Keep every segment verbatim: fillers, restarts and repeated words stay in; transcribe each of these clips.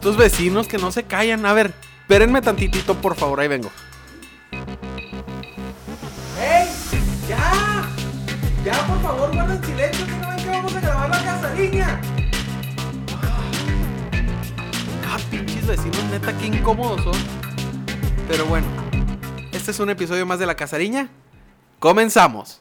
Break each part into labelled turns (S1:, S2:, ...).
S1: Estos vecinos que no se callan. A ver, espérenme tantitito, por favor, ahí vengo. ¡Ey! ¡Ya! ¡Ya, por favor, guarden silencio! ¡Que no ven que vamos a grabar la casariña! Ah, pinches vecinos, neta, qué incómodos son. Pero bueno, este es un episodio más de la casariña. ¡Comenzamos!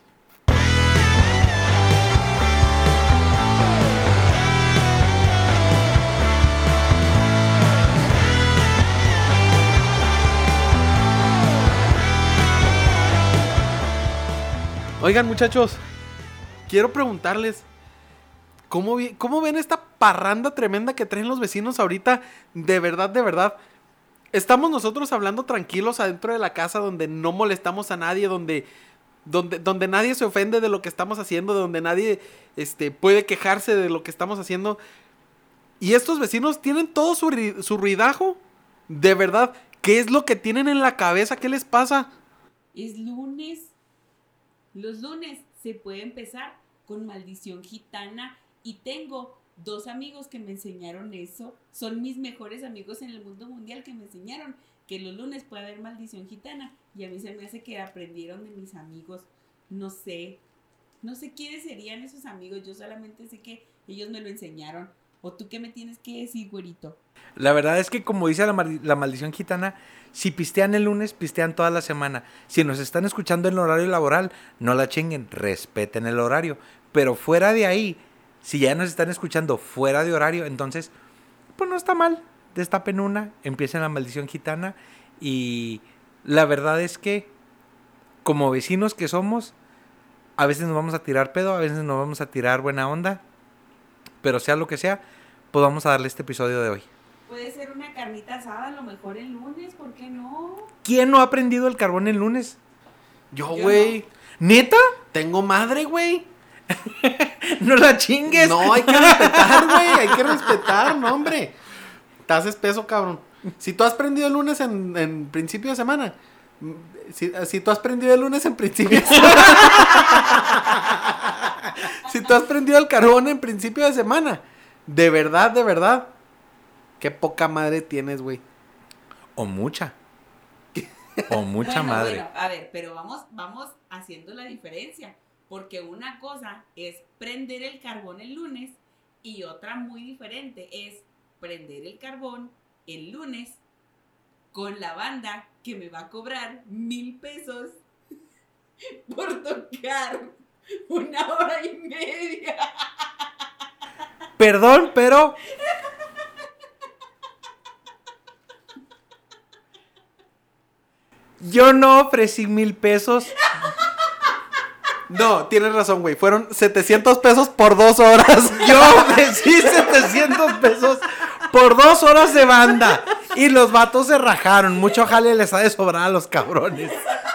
S1: Oigan, muchachos, quiero preguntarles, ¿cómo, vi- ¿cómo ven esta parranda tremenda que traen los vecinos ahorita? De verdad, de verdad. Estamos nosotros hablando tranquilos adentro de la casa donde no molestamos a nadie, donde, donde, donde nadie se ofende de lo que estamos haciendo, donde nadie este, puede quejarse de lo que estamos haciendo. Y estos vecinos tienen todo su, ri- su ruidajo. De verdad, ¿qué es lo que tienen en la cabeza? ¿Qué les pasa?
S2: Es lunes. Los lunes se puede empezar con maldición gitana y tengo dos amigos que me enseñaron eso. Son mis mejores amigos en el mundo mundial que me enseñaron que los lunes puede haber maldición gitana y a mí se me hace que aprendieron de mis amigos. No sé, no sé quiénes serían esos amigos, yo solamente sé que ellos me lo enseñaron. ¿O tú qué me tienes que decir, güerito?
S3: La verdad es que, como dice la, mal- la maldición gitana, si pistean el lunes, pistean toda la semana. Si nos están escuchando en el horario laboral, no la chinguen, respeten el horario. Pero fuera de ahí, si ya nos están escuchando fuera de horario, entonces, pues no está mal. Destapen una, empiecen la maldición gitana. Y la verdad es que, como vecinos que somos, a veces nos vamos a tirar pedo, a veces nos vamos a tirar buena onda. Pero sea lo que sea, pues vamos a darle este episodio de hoy.
S2: Puede ser una carnita asada, a lo mejor el lunes, ¿por qué no?
S3: ¿Quién no ha prendido el carbón el lunes?
S1: Yo,
S2: Yo
S1: güey,
S3: ¿Neta?
S1: tengo madre, güey.
S3: No la chingues.
S1: No, hay que respetar, güey. Hay que respetar, no, hombre. Te haces peso, cabrón. Si tú has prendido el lunes en, en principio de semana. Si, si tú has prendido el lunes en principio de semana. Si tú has prendido el carbón en principio de semana. De verdad, de verdad. Qué poca madre tienes, güey.
S3: O mucha. O mucha
S2: Bueno,
S3: madre.
S2: bueno, a ver, pero vamos, vamos haciendo la diferencia. Porque una cosa es prender el carbón el lunes y otra muy diferente es prender el carbón el lunes con la banda que me va a cobrar mil pesos por tocar una hora y media.
S3: Perdón, pero... Yo no ofrecí mil pesos.
S1: No, tienes razón, güey. Fueron setecientos pesos por dos horas.
S3: Yo ofrecí setecientos pesos por dos horas de banda. Y los vatos se rajaron. Mucho jale les ha de sobrar a los cabrones.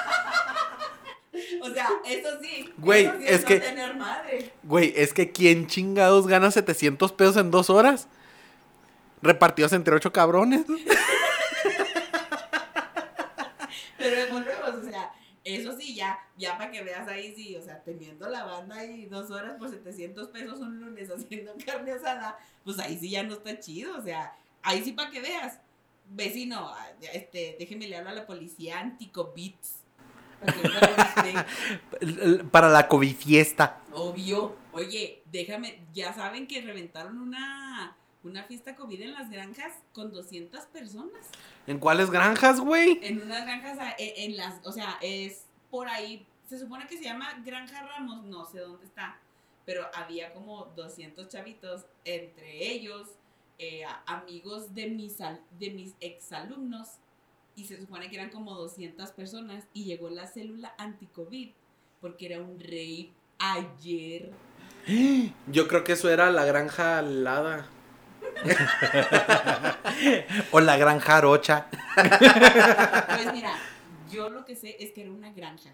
S2: O sea, eso sí.
S1: Güey,
S2: eso sí
S1: es
S2: no
S1: que-
S2: tener madre.
S1: Güey, es que ¿quién chingados gana setecientos pesos en dos horas? Repartidos entre ocho cabrones.
S2: Pero volvemos, o sea, eso sí, ya, ya para que veas ahí, sí, o sea, teniendo la banda ahí dos horas por setecientos pesos un lunes haciendo carne asada, pues ahí sí ya no está chido, o sea, ahí sí para que veas. Vecino, este, déjeme le hablo a la policía anti-COVID. Para que no lo respeten.
S3: Para la COVID fiesta.
S2: Obvio. Oye, déjame, ya saben que reventaron una, una fiesta COVID en las granjas con doscientas personas.
S1: ¿En cuáles granjas, güey?
S2: En unas granjas, a- en, en las, o sea, es por ahí, se supone que se llama Granja Ramos, no sé dónde está, pero había como doscientos chavitos, entre ellos, eh, a- amigos de mis, al- de mis exalumnos, y se supone que eran como doscientas personas, y llegó la célula anti-COVID, porque era un rave ayer.
S1: Yo creo que eso era la granja alada.
S3: O la gran jarocha.
S2: Pues mira, yo lo que sé es que era una granja.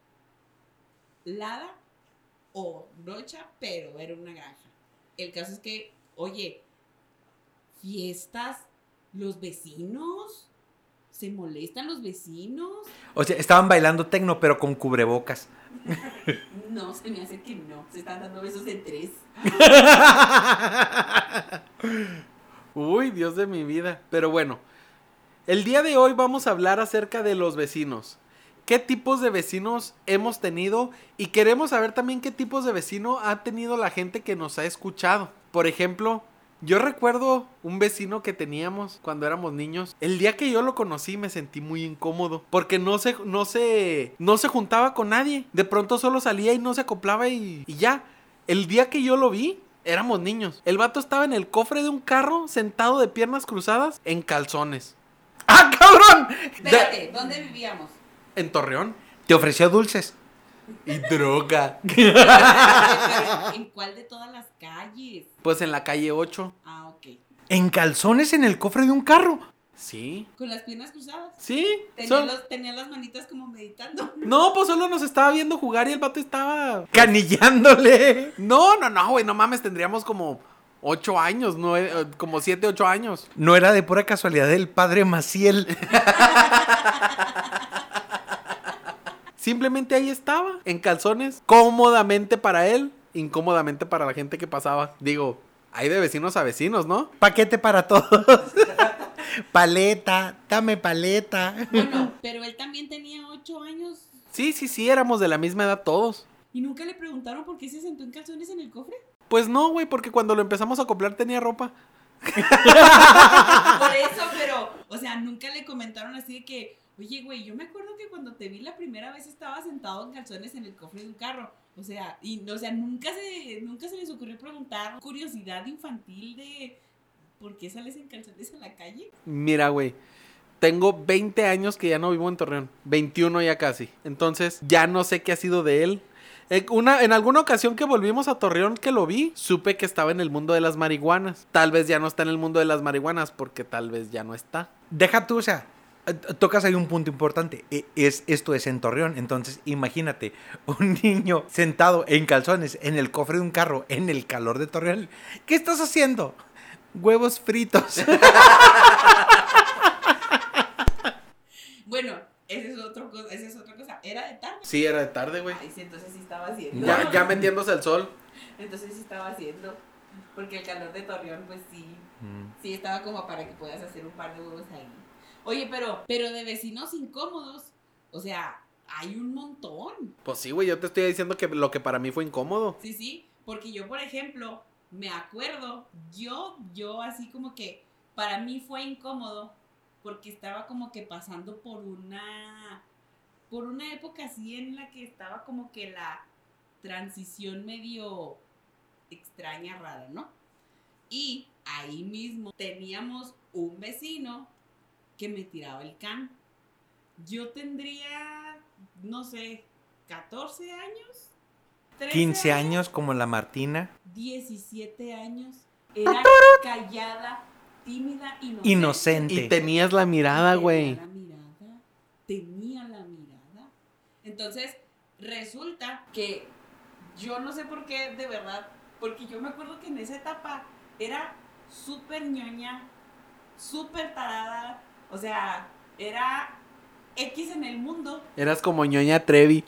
S2: Lada o rocha, pero era una granja. El caso es que, oye, fiestas, los vecinos, se molestan los vecinos.
S3: O sea, estaban bailando tecno, pero con cubrebocas.
S2: No, se me hace que no, se están dando besos de tres.
S1: Uy, Dios de mi vida. Pero bueno, el día de hoy vamos a hablar acerca de los vecinos. ¿Qué tipos de vecinos hemos tenido? Y queremos saber también qué tipos de vecino ha tenido la gente que nos ha escuchado. Por ejemplo, yo recuerdo un vecino que teníamos cuando éramos niños. El día que yo lo conocí me sentí muy incómodo. Porque no se, no se, no se juntaba con nadie. De pronto solo salía y no se acoplaba y, y ya. El día que yo lo vi, éramos niños. El vato estaba en el cofre de un carro, sentado de piernas cruzadas, en calzones.
S3: ¡Ah, cabrón!
S2: Espérate,
S3: De-
S2: ¿dónde vivíamos?
S1: En Torreón.
S3: Te ofreció dulces.
S1: Y droga.
S2: Pero, ¿en cuál de todas las calles?
S1: Pues en la calle ocho.
S2: Ah, ok.
S3: En calzones en el cofre de un carro.
S1: Sí.
S2: Con las piernas cruzadas.
S1: Sí.
S2: Tenía,
S1: son-
S2: los- tenía las manitas como meditando.
S1: No, pues solo nos estaba viendo jugar y el vato estaba...
S3: Canillándole.
S1: No, no, no, güey, no mames, tendríamos como ocho años, nueve, eh, como siete, ocho años.
S3: No era de pura casualidad el padre Maciel.
S1: Simplemente ahí estaba, en calzones, cómodamente para él, incómodamente para la gente que pasaba. Digo, hay de vecinos a vecinos, ¿no?
S3: Paquete para todos. Paleta, dame paleta.
S2: Bueno, pero él también tenía ocho años.
S1: Sí, sí, sí, éramos de la misma edad todos.
S2: ¿Y nunca le preguntaron por qué se sentó en calzones en el cofre?
S1: Pues no, güey, porque cuando lo empezamos a acoplar tenía ropa.
S2: Por eso, pero, o sea, nunca le comentaron así de que, oye, güey, yo me acuerdo que cuando te vi la primera vez estaba sentado en calzones en el cofre de un carro. O sea, y, o sea, nunca se, nunca se les ocurrió preguntar curiosidad infantil de por qué sales en calzones en la calle.
S1: Mira, güey, tengo veinte años que ya no vivo en Torreón, veintiuno ya casi. Entonces, ya no sé qué ha sido de él. En, una, en alguna ocasión que volvimos a Torreón que lo vi, supe que estaba en el mundo de las marihuanas. Tal vez ya no está en el mundo de las marihuanas porque tal vez ya no está.
S3: Deja tú, o sea, eh, tocas ahí un punto importante. E- Es, esto es en Torreón. Entonces, imagínate, un niño sentado en calzones en el cofre de un carro en el calor de Torreón. ¿Qué estás haciendo? Huevos fritos.
S2: Bueno, esa es, otro, co- esa es otra cosa. Era de tarde.
S1: Sí, era de tarde, güey.
S2: Ay, sí, entonces sí estaba haciendo.
S1: Ya, ya metiéndose el sol.
S2: Entonces sí estaba haciendo. Porque el calor de Torreón, pues sí, sí estaba como para que puedas hacer un par de huevos ahí. Oye, pero, pero de vecinos incómodos, o sea, hay un montón.
S1: Pues sí, güey, yo te estoy diciendo que lo que para mí fue incómodo.
S2: Sí, sí, porque yo, por ejemplo, me acuerdo, yo, yo así como que para mí fue incómodo porque estaba como que pasando por una, por una época así en la que estaba como que la transición medio extraña, rara, ¿no? Y ahí mismo teníamos un vecino que me tiraba el can. Yo tendría, no sé, catorce años. trece
S3: quince años como la Martina.
S2: diecisiete años. Era callada, tímida, inocente.
S3: Inocente.
S1: Y tenías la mirada,
S2: Tenía
S1: güey.
S2: la mirada. Tenía la mirada. Entonces, resulta que yo no sé por qué, de verdad, porque yo me acuerdo que en esa etapa era súper ñoña, súper tarada, o sea, era X en el mundo.
S1: Eras como ñoña Trevi.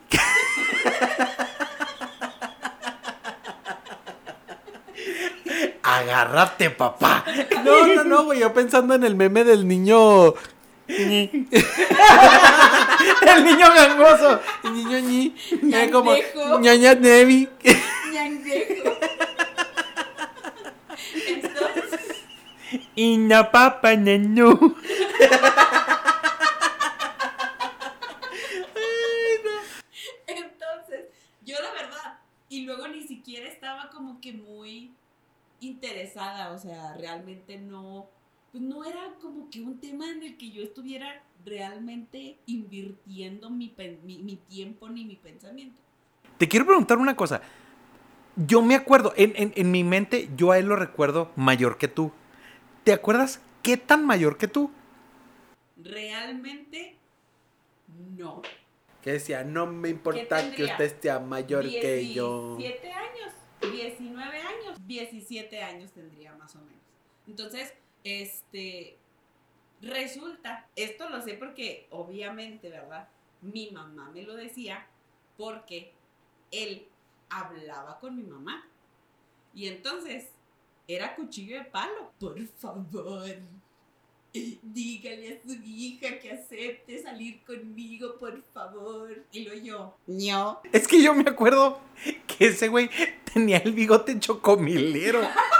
S3: Agárrate, papá.
S1: No, no, no, güey, yo pensando en el meme del niño...
S3: El niño gangoso.
S1: El niño ñi. Era como
S2: Ñandejo.
S1: ñoña Trevi.
S2: Ñandejo. Entonces,
S3: Y na papa nenú.
S2: entonces, yo la verdad, y luego ni siquiera estaba como que muy interesada, o sea, realmente no, pues no era como que un tema en el que yo estuviera realmente invirtiendo mi, pen- mi, mi tiempo ni mi pensamiento.
S3: Te quiero preguntar una cosa. Yo me acuerdo, en, en, en mi mente, yo a él lo recuerdo mayor que tú. ¿Te acuerdas qué tan mayor que tú?
S2: Realmente, no.
S1: Que decía, no me
S2: ¿Qué
S1: importa que
S2: tendría?
S1: usted sea mayor que yo.
S2: diecisiete años, diecinueve años, diecisiete años tendría más o menos. Entonces, este, resulta, esto lo sé porque obviamente, ¿verdad? Mi mamá me lo decía porque él hablaba con mi mamá. Y entonces, era cuchillo de palo. Por favor, dígale a su hija que acepte salir conmigo, por favor. Y lo yo, no.
S3: Es que yo me acuerdo que ese güey tenía el bigote chocomilero.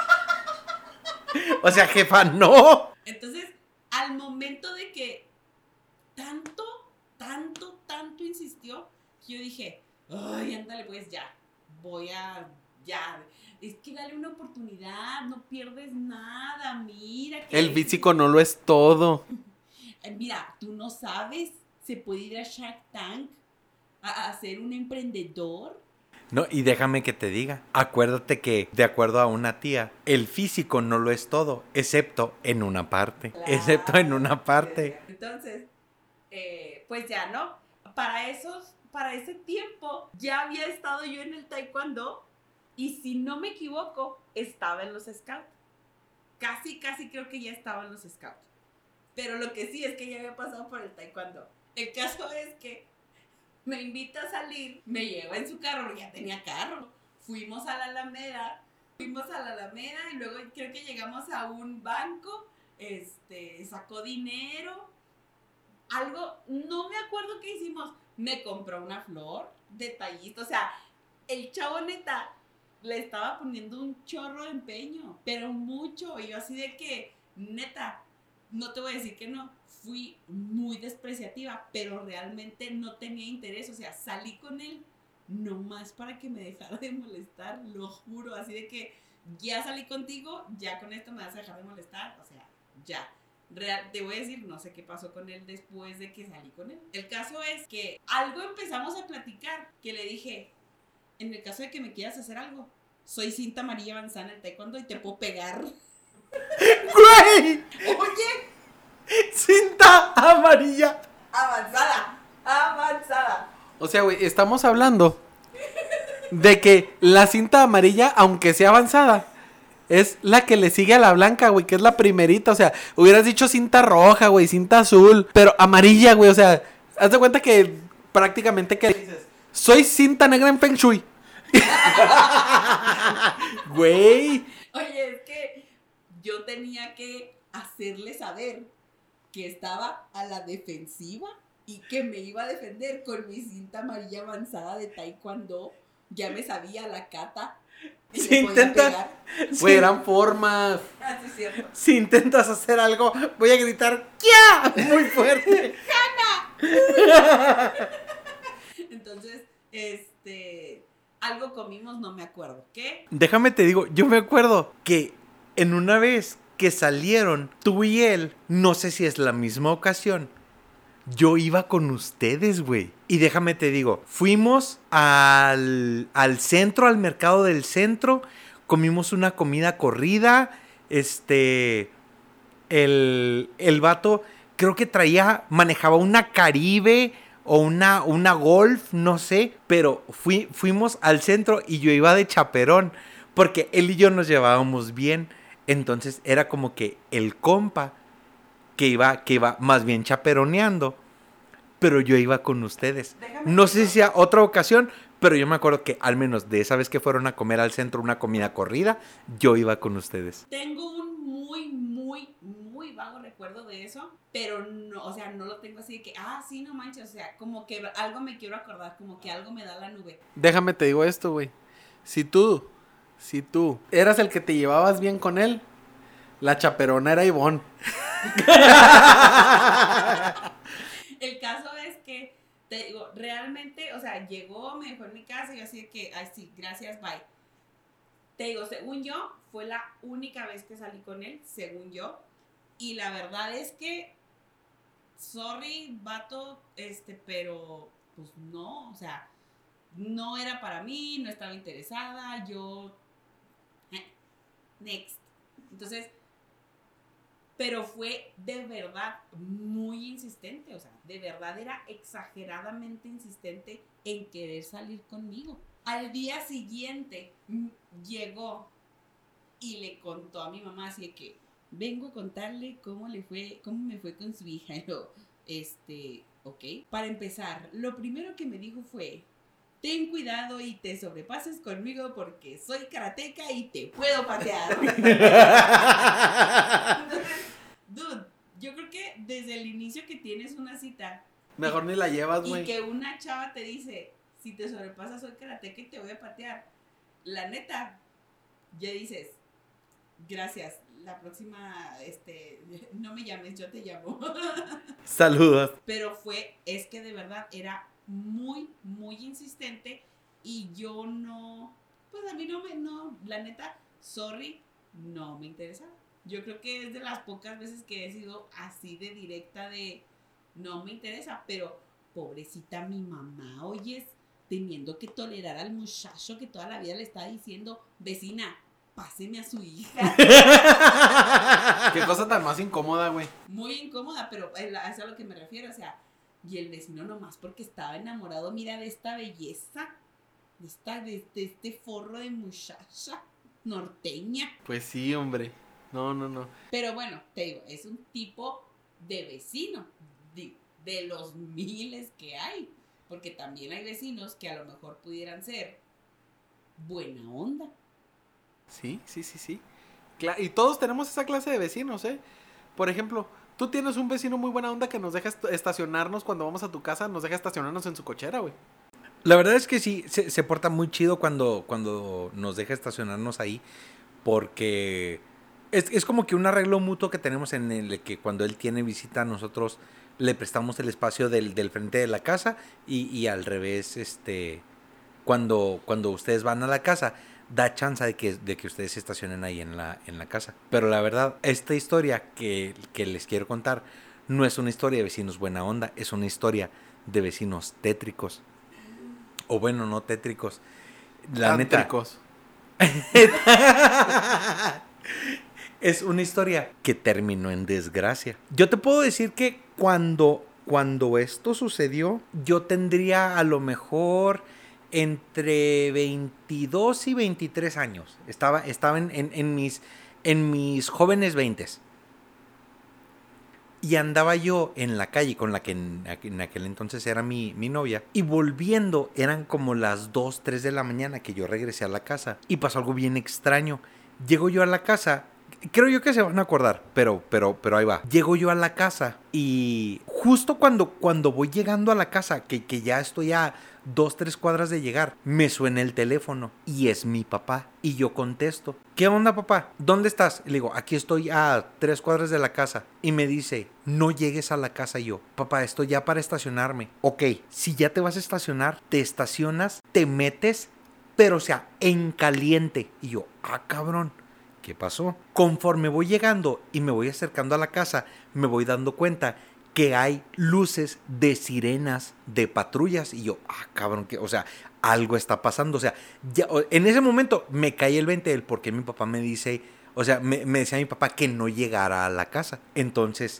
S3: O sea, jefa, no.
S2: Entonces, al momento de que tanto, tanto, tanto insistió, yo dije, ay, ándale, pues ya, voy a, ya, es que dale una oportunidad, no pierdes nada, mira. Que
S1: El físico no lo es todo.
S2: Mira, tú no sabes, se puede ir a Shark Tank a, a ser un emprendedor.
S3: No, y déjame que te diga, acuérdate que, de acuerdo a una tía, el físico no lo es todo, excepto en una parte,
S2: Claro.
S3: excepto en una parte.
S2: Entonces, eh, pues ya, ¿no? Para esos, para ese tiempo, ya había estado yo en el taekwondo y si no me equivoco, estaba en los scouts. Casi, casi creo que ya estaba en los scouts. Pero lo que sí es que ya había pasado por el taekwondo. El caso es que me invita a salir, me lleva en su carro, ya tenía carro. Fuimos a la Alameda, fuimos a la Alameda y luego creo que llegamos a un banco, este, sacó dinero, algo, no me acuerdo qué hicimos, me compró una flor, detallito, o sea, el chavo neta le estaba poniendo un chorro de empeño, pero mucho, y yo así de que, neta, no te voy a decir que no, fui muy despreciativa, pero realmente no tenía interés, o sea, salí con él nomás para que me dejara de molestar, lo juro, así de que ya salí contigo, ya con esto me vas a dejar de molestar, o sea, ya. Real, te voy a decir, no sé qué pasó con él después de que salí con él. El caso es que algo empezamos a platicar, que le dije, en el caso de que me quieras hacer algo, soy cinta amarilla avanzada en el taekwondo y te puedo pegar.
S3: ¡Güey!
S2: Oye,
S3: ¡Cinta amarilla!
S2: avanzada, avanzada.
S1: O sea, güey, estamos hablando de que la cinta amarilla, aunque sea avanzada, es la que le sigue a la blanca, güey, que es la primerita. O sea, hubieras dicho cinta roja, güey, cinta azul, pero amarilla, güey. O sea, haz de cuenta que prácticamente que dices, soy cinta negra en Feng Shui. Güey.
S2: Oye, es que yo tenía que hacerle saber que estaba a la defensiva y que me iba a defender con mi cinta amarilla avanzada de taekwondo. Ya me sabía la kata. Y
S3: Si
S2: le podía
S3: intenta-
S2: pegar.
S1: Güey, eran formas.
S2: Ah, sí, es cierto.
S3: Si intentas hacer algo, voy a gritar ¡ya! Muy fuerte.
S2: Entonces, este, algo comimos, no me acuerdo. ¿Qué?
S3: Déjame te digo, yo me acuerdo que en una vez que salieron tú y él, no sé si es la misma ocasión, yo iba con ustedes, güey. Y déjame te digo, fuimos al, al centro, al mercado del centro, comimos una comida corrida, este, el, el vato creo que traía, manejaba una Caribe o una, una Golf, no sé, pero fui, fuimos al centro y yo iba de chaperón, porque él y yo nos llevábamos bien, entonces era como que el compa que iba, que iba más bien chaperoneando, pero yo iba con ustedes.
S2: Déjame
S3: No sé
S2: decirlo.
S3: si sea otra ocasión, pero yo me acuerdo que al menos de esa vez que fueron a comer al centro una comida corrida, yo iba con ustedes.
S2: Tengo un muy, muy, muy vago recuerdo de eso, pero no, o sea, no lo tengo así de que, ah, sí, no manches, o sea, como que algo me quiero acordar, como que algo me da la nube.
S1: Déjame te digo esto, güey. Si tú, si tú eras el que te llevabas bien con él, la chaperona era Ivonne.
S2: El caso es que, te digo, realmente, o sea, llegó, me dejó en mi casa y yo así de que, ay, sí, gracias, bye. Te digo, según yo, fue la única vez que salí con él, según yo. Y la verdad es que, sorry, vato, este, pero, pues no, o sea, no era para mí, no estaba interesada, yo, eh, next. Entonces, pero fue de verdad muy insistente, o sea, de verdad era exageradamente insistente en querer salir conmigo. Al día siguiente mm, llegó y le contó a mi mamá así de que vengo a contarle cómo le fue, cómo me fue con su hija. Y yo, este, ok. Para empezar, lo primero que me dijo fue, ten cuidado y te sobrepases conmigo porque soy karateca y te puedo patear. Dude, yo creo que desde el inicio que tienes una cita...
S1: Mejor ni la llevas, güey.
S2: Y que una chava te dice, si te sobrepasas soy karateca y te voy a patear. La neta, ya dices, gracias, la próxima, este, no me llames, yo te llamo.
S3: Saludos.
S2: Pero fue, es que de verdad era muy, muy insistente y yo no, pues a mí no me, no, la neta, sorry, no me interesaba. Yo creo que es de las pocas veces que he sido así de directa de, no me interesa, pero pobrecita mi mamá, oyes, teniendo que tolerar al muchacho que toda la vida le está diciendo, vecina, páseme a su hija.
S1: Qué cosa tan más incómoda, güey.
S2: Muy incómoda, pero es a eso a lo que me refiero, o sea, y el vecino nomás porque estaba enamorado, mira, de esta belleza, de, esta, de, de este forro de muchacha norteña.
S1: Pues sí, hombre. No, no, no.
S2: Pero bueno, te digo, es un tipo de vecino, de, de los miles que hay, porque también hay vecinos que a lo mejor pudieran ser buena onda.
S1: Sí, sí, sí, sí. Cla- y todos tenemos esa clase de vecinos, ¿eh? Por ejemplo, tú tienes un vecino muy buena onda que nos deja est- estacionarnos cuando vamos a tu casa, nos deja estacionarnos en su cochera, güey.
S3: La verdad es que sí, se, se porta muy chido cuando, cuando nos deja estacionarnos ahí, porque es, es como que un arreglo mutuo que tenemos en el que cuando él tiene visita nosotros le prestamos el espacio del, del frente de la casa y, y al revés, este, cuando, cuando ustedes van a la casa, da chance de que, de que ustedes se estacionen ahí en la, en la casa. Pero la verdad, esta historia que, que les quiero contar no es una historia de vecinos buena onda, es una historia de vecinos tétricos. O bueno, no tétricos. La
S1: Tántricos.
S3: neta. Es una historia que terminó en desgracia. Yo te puedo decir que cuando, cuando esto sucedió, yo tendría a lo mejor entre veintidós y veintitrés años. Estaba, estaba en, en, en, mis, en mis jóvenes veintes. Y andaba yo en la calle con la que en, en aquel entonces era mi, mi novia. Y volviendo, eran como las dos, tres de la mañana que yo regresé a la casa. Y pasó algo bien extraño. Llego yo a la casa. Creo yo que se van a acordar, pero, pero, pero ahí va. Llego yo a la casa y justo cuando, cuando voy llegando a la casa, que, que ya estoy a dos, tres cuadras de llegar, me suena el teléfono y es mi papá. Y yo contesto, ¿qué onda, papá? ¿Dónde estás? Y le digo, aquí estoy a tres cuadras de la casa. Y me dice, no llegues a la casa. Y yo, papá, estoy ya para estacionarme. Ok, si ya te vas a estacionar, te estacionas, te metes, pero o sea, en caliente. Y yo, ah, cabrón. ¿Qué pasó? Conforme voy llegando y me voy acercando a la casa, me voy dando cuenta que hay luces de sirenas, de patrullas. Y yo, ah, cabrón, que, o sea, algo está pasando. O sea, ya, en ese momento me cae el veinte del por qué mi papá me dice, o sea, me, me decía mi papá que no llegara a la casa. Entonces,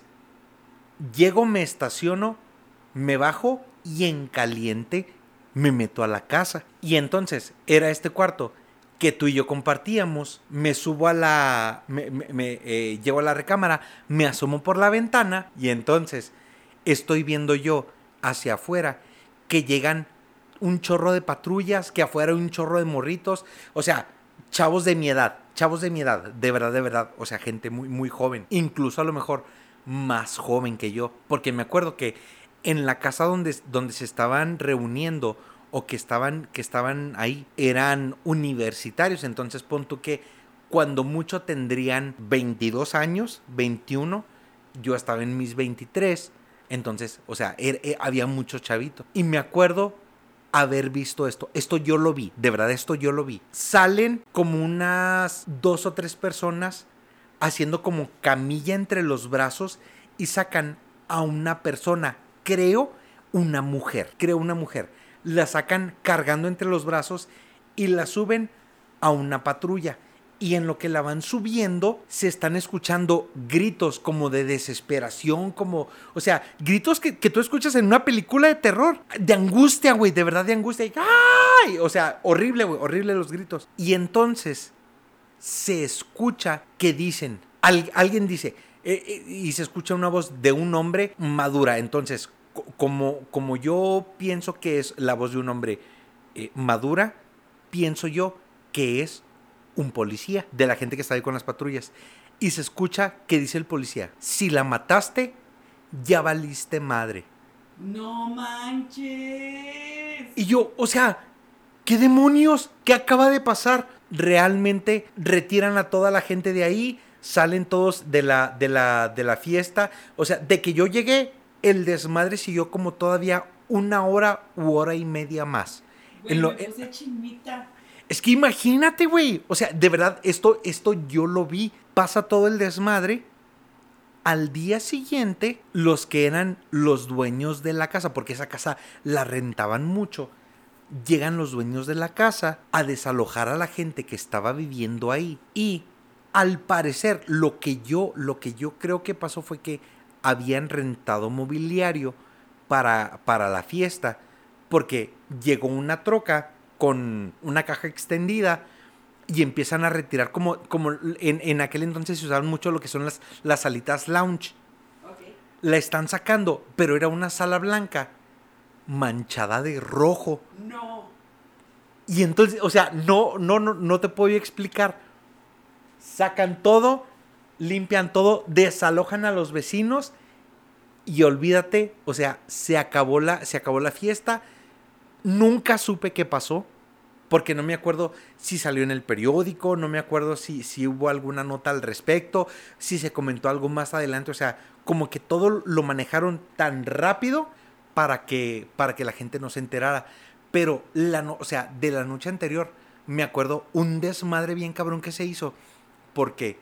S3: llego, me estaciono, me bajo y en caliente me meto a la casa. Y entonces, era este cuarto que tú y yo compartíamos. Me subo a la... Me, me, me, eh, llego a la recámara, me asomo por la ventana y entonces estoy viendo yo hacia afuera que llegan un chorro de patrullas, que afuera hay un chorro de morritos. O sea, chavos de mi edad, chavos de mi edad, de verdad, de verdad. O sea, gente muy, muy joven, incluso a lo mejor más joven que yo. Porque me acuerdo que en la casa donde, donde se estaban reuniendo o que estaban, que estaban ahí, eran universitarios. Entonces pon tú que cuando mucho tendrían veintidós años, veintiuno, yo estaba en mis veintitrés. Entonces, o sea, er, er, había muchos chavitos. Y me acuerdo haber visto esto. Esto yo lo vi, de verdad, esto yo lo vi. Salen como unas dos o tres personas haciendo como camilla entre los brazos y sacan a una persona, creo una mujer, creo una mujer. La sacan cargando entre los brazos y la suben a una patrulla. Y en lo que la van subiendo, se están escuchando gritos como de desesperación, como, o sea, gritos que, que tú escuchas en una película de terror, de angustia, güey, de verdad de angustia. Y, ¡ay! O sea, horrible, güey, horrible los gritos. Y entonces se escucha que dicen, al, alguien dice, eh, eh, y se escucha una voz de un hombre madura. Entonces, Como, como yo pienso que es la voz de un hombre eh, madura, pienso yo que es un policía de la gente que está ahí con las patrullas. Y se escucha que dice el policía, si la mataste, ya valiste madre.
S2: No manches.
S3: Y yo, o sea, ¿qué demonios? ¿Qué acaba de pasar? Realmente retiran a toda la gente de ahí, salen todos de la, de la, de la fiesta. O sea, de que yo llegué, el desmadre siguió como todavía una hora u hora y media más.
S2: Güey,
S3: En lo-
S2: me puse chinita.
S3: Es que imagínate, güey. O sea, de verdad, esto, esto yo lo vi. Pasa todo el desmadre. Al día siguiente, los que eran los dueños de la casa, porque esa casa la rentaban mucho, llegan los dueños de la casa a desalojar a la gente que estaba viviendo ahí. Y al parecer, lo que yo, lo que yo creo que pasó fue que habían rentado mobiliario para, para la fiesta, porque llegó una troca con una caja extendida y empiezan a retirar como, como en, en aquel entonces se usaban mucho lo que son las, las salitas lounge.
S2: Ok.
S3: La están sacando, pero era una sala blanca manchada de rojo.
S2: No.
S3: Y entonces, o sea, no, no, no, no te puedo explicar. Sacan todo, limpian todo, desalojan a los vecinos y olvídate, o sea, se acabó la, se acabó la fiesta. Nunca supe qué pasó, porque no me acuerdo si salió en el periódico, no me acuerdo si, si hubo alguna nota al respecto, si se comentó algo más adelante, o sea, como que todo lo manejaron tan rápido para que, para que la gente no se enterara. Pero, la no, o sea, de la noche anterior, me acuerdo un desmadre bien cabrón que se hizo, porque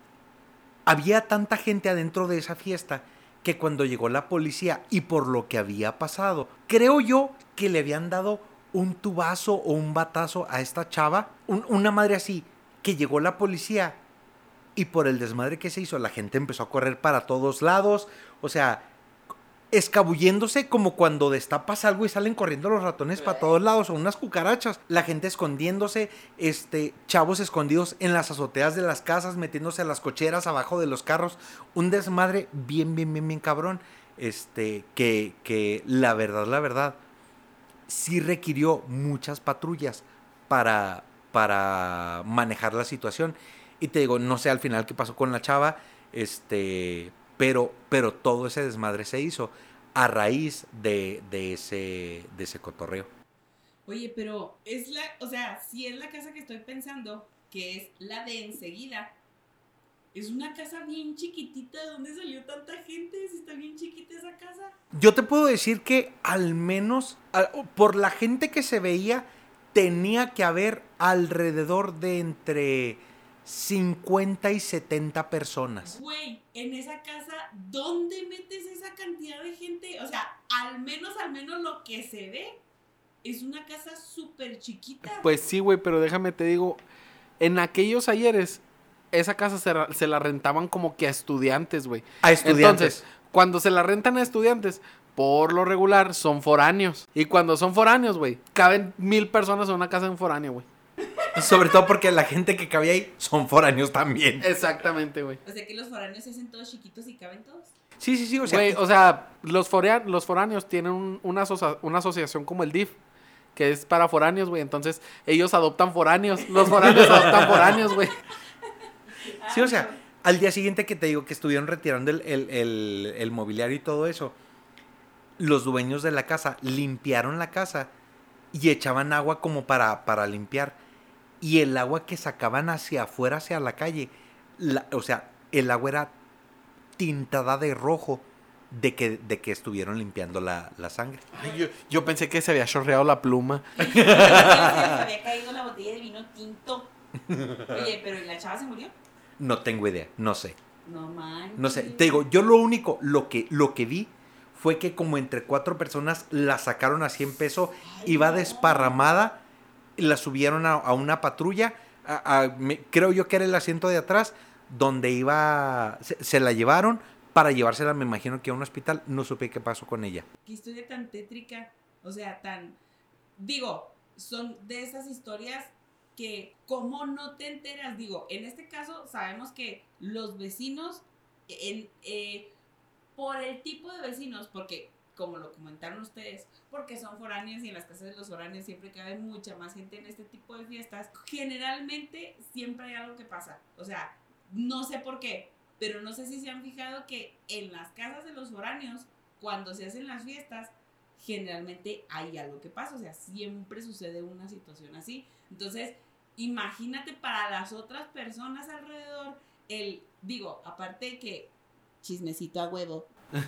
S3: había tanta gente adentro de esa fiesta que cuando llegó la policía y por lo que había pasado, creo yo que le habían dado un tubazo o un batazo a esta chava, un, una madre así, que llegó la policía y por el desmadre que se hizo, la gente empezó a correr para todos lados, o sea, escabulléndose como cuando destapas algo y salen corriendo los ratones para todos lados o unas cucarachas, la gente escondiéndose, este, chavos escondidos en las azoteas de las casas, metiéndose a las cocheras abajo de los carros, un desmadre bien, bien, bien, bien cabrón, este, que, que la verdad, la verdad, sí requirió muchas patrullas para, para manejar la situación. Y te digo, no sé al final qué pasó con la chava, este, pero, pero todo ese desmadre se hizo a raíz de, de, ese, de ese cotorreo.
S2: Oye, pero es la, o sea, si es la casa que estoy pensando, que es la de enseguida, es una casa bien chiquitita. ¿De dónde salió tanta gente? Si está bien chiquita esa casa.
S3: Yo te puedo decir que al menos, al, por la gente que se veía, tenía que haber alrededor de entre cincuenta y setenta personas.
S2: Güey, en esa casa, ¿dónde metes esa cantidad de gente? O sea, al menos, al menos lo que se ve es una casa súper chiquita.
S1: Pues sí, güey, pero déjame te digo, en aquellos ayeres, esa casa se, se la rentaban como que a estudiantes, güey.
S3: A estudiantes.
S1: Entonces, cuando se la rentan a estudiantes, por lo regular son foráneos. Y cuando son foráneos, güey, caben mil personas en una casa de un foráneo, güey.
S3: Sobre todo porque la gente que cabía ahí son foráneos también.
S1: Exactamente, güey.
S2: O sea que los foráneos se hacen todos chiquitos y caben todos.
S3: Sí, sí, sí, o sea,
S1: Güey, o sea, los, forea- los foráneos tienen un- una, asocia- una asociación como el D I F, que es para foráneos, güey. Entonces, ellos adoptan foráneos. Los foráneos adoptan foráneos, güey.
S3: sí, o sea, al día siguiente que te digo que estuvieron retirando el, el, el, el mobiliario y todo eso, los dueños de la casa limpiaron la casa y echaban agua como para, para limpiar. Y el agua que sacaban hacia afuera, hacia la calle, la, o sea, el agua era tintada de rojo de que, de que estuvieron limpiando la, la sangre.
S1: Ay, yo, yo pensé que se había chorreado la pluma.
S2: Se les había caído la botella de vino tinto. Oye, pero ¿y la chava se murió?
S3: No tengo idea, no sé.
S2: No manches.
S3: No sé, te digo, yo lo único, lo que, lo que vi fue que como entre cuatro personas la sacaron a cien pesos,
S2: Ay,
S3: iba
S2: no.
S3: desparramada, y la subieron a, a una patrulla, a- a- me- creo yo que era el asiento de atrás, donde iba, se, se la llevaron para llevársela, me imagino que a un hospital, no supe qué pasó con ella.
S2: Qué historia tan tétrica. O sea, tan... Digo, son de esas historias que ¿cómo no te enteras? Digo, en este caso sabemos que los vecinos, en, eh, por el tipo de vecinos, porque como lo comentaron ustedes, porque son foráneos y en las casas de los foráneos siempre cabe mucha más gente en este tipo de fiestas, generalmente siempre hay algo que pasa. O sea, no sé por qué, pero no sé si se han fijado que en las casas de los foráneos, cuando se hacen las fiestas, generalmente hay algo que pasa. O sea, siempre sucede una situación así. Entonces, imagínate para las otras personas alrededor, el, digo, aparte de que chismecito a huevo,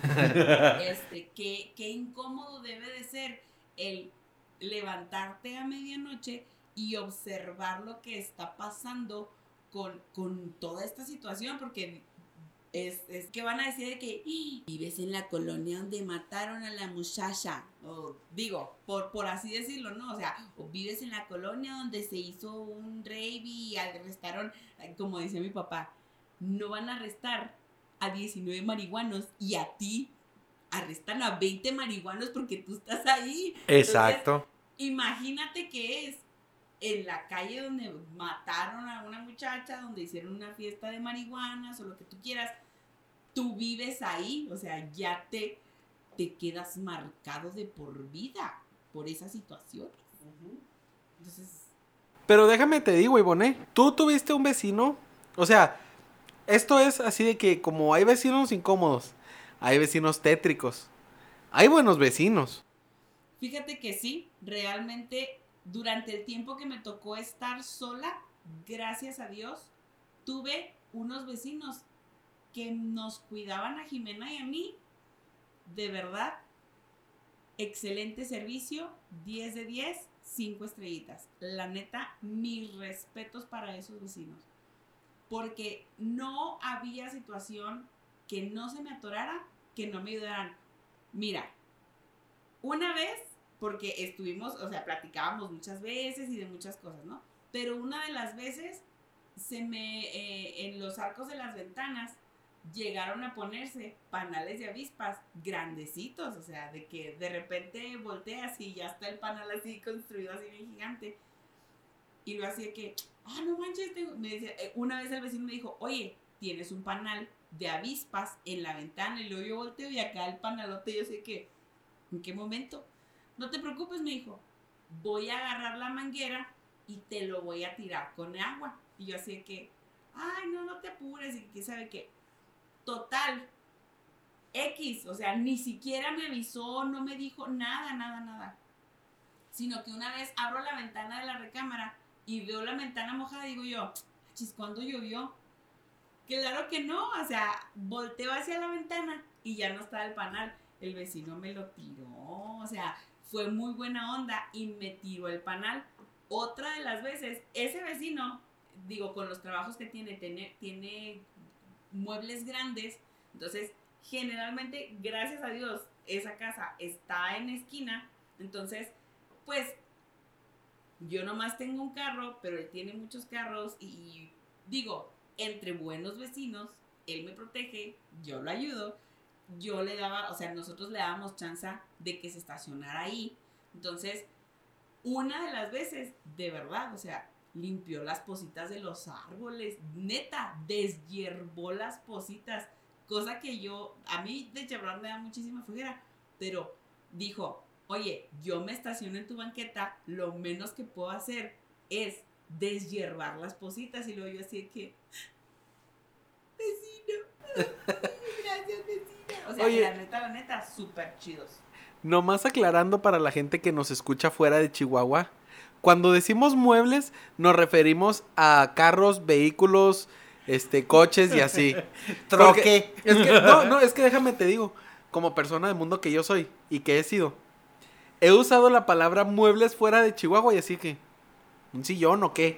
S2: este, qué, qué incómodo debe de ser el levantarte a medianoche y observar lo que está pasando con, con toda esta situación, porque es, es que van a decir de que ¡Ah! Vives en la colonia donde mataron a la muchacha, o digo, por, por así decirlo, ¿no? O sea, o vives en la colonia donde se hizo un rave y arrestaron, como decía mi papá, no van a arrestar a diecinueve marihuanos y a ti arrestan a veinte marihuanos porque tú estás ahí.
S3: Exacto.
S2: Entonces, imagínate que es en la calle donde mataron a una muchacha, donde hicieron una fiesta de marihuanas o lo que tú quieras. Tú vives ahí, o sea, ya te, te quedas marcado de por vida por esa situación. Uh-huh. Entonces...
S1: Pero déjame te digo, Ivonne, tú tuviste un vecino, o sea, esto es así de que como hay vecinos incómodos, hay vecinos tétricos, hay buenos vecinos.
S2: Fíjate que sí, realmente durante el tiempo que me tocó estar sola, gracias a Dios, tuve unos vecinos que nos cuidaban a Jimena y a mí, de verdad, excelente servicio, diez de diez, cinco estrellitas. La neta, mis respetos para esos vecinos. Porque no había situación que no se me atorara, que no me ayudaran. Mira, una vez, porque estuvimos, o sea, platicábamos muchas veces y de muchas cosas, ¿no? Pero una de las veces, se me, eh, en los arcos de las ventanas, llegaron a ponerse panales de avispas grandecitos, o sea, de que de repente volteas y ya está el panal así construido así bien gigante. Y lo hacía que, ah, no manches, tengo... me decía, una vez el vecino me dijo, oye, tienes un panal de avispas en la ventana, y luego yo volteo y acá el panalote, yo sé que, ¿en qué momento? No te preocupes, me dijo, voy a agarrar la manguera y te lo voy a tirar con agua. Y yo así que, ay, no, no te apures, y quién sabe qué. Total, X, o sea, ni siquiera me avisó, no me dijo nada, nada, nada. Sino que una vez abro la ventana de la recámara y veo la ventana mojada, digo yo, chis, ¿cuándo llovió? Claro que no, o sea, volteo hacia la ventana y ya no estaba el panal. El vecino me lo tiró, o sea, fue muy buena onda y me tiró el panal. Otra de las veces, ese vecino, digo, con los trabajos que tiene, tiene, tiene muebles grandes, entonces generalmente, gracias a Dios, esa casa está en esquina, entonces, pues, yo nomás tengo un carro, pero él tiene muchos carros y, y digo, entre buenos vecinos, él me protege, yo lo ayudo, yo le daba, o sea, nosotros le dábamos chance de que se estacionara ahí, entonces, una de las veces, de verdad, o sea, limpió las positas de los árboles, neta, deshierbó las positas, cosa que yo, a mí de Chevron me da muchísima flojera, pero dijo, oye, yo me estaciono en tu banqueta, lo menos que puedo hacer es deshiervar las positas, y luego yo así de que, vecino, gracias vecina, o sea, oye, la neta, la neta, súper chidos.
S1: Nomás aclarando para la gente que nos escucha fuera de Chihuahua, cuando decimos muebles, nos referimos a carros, vehículos, este, coches y así.
S3: Troque.
S1: Es que, no, no, es que déjame te digo, como persona del mundo que yo soy y que he sido, he usado la palabra muebles fuera de Chihuahua y así que, ¿un sillón o qué?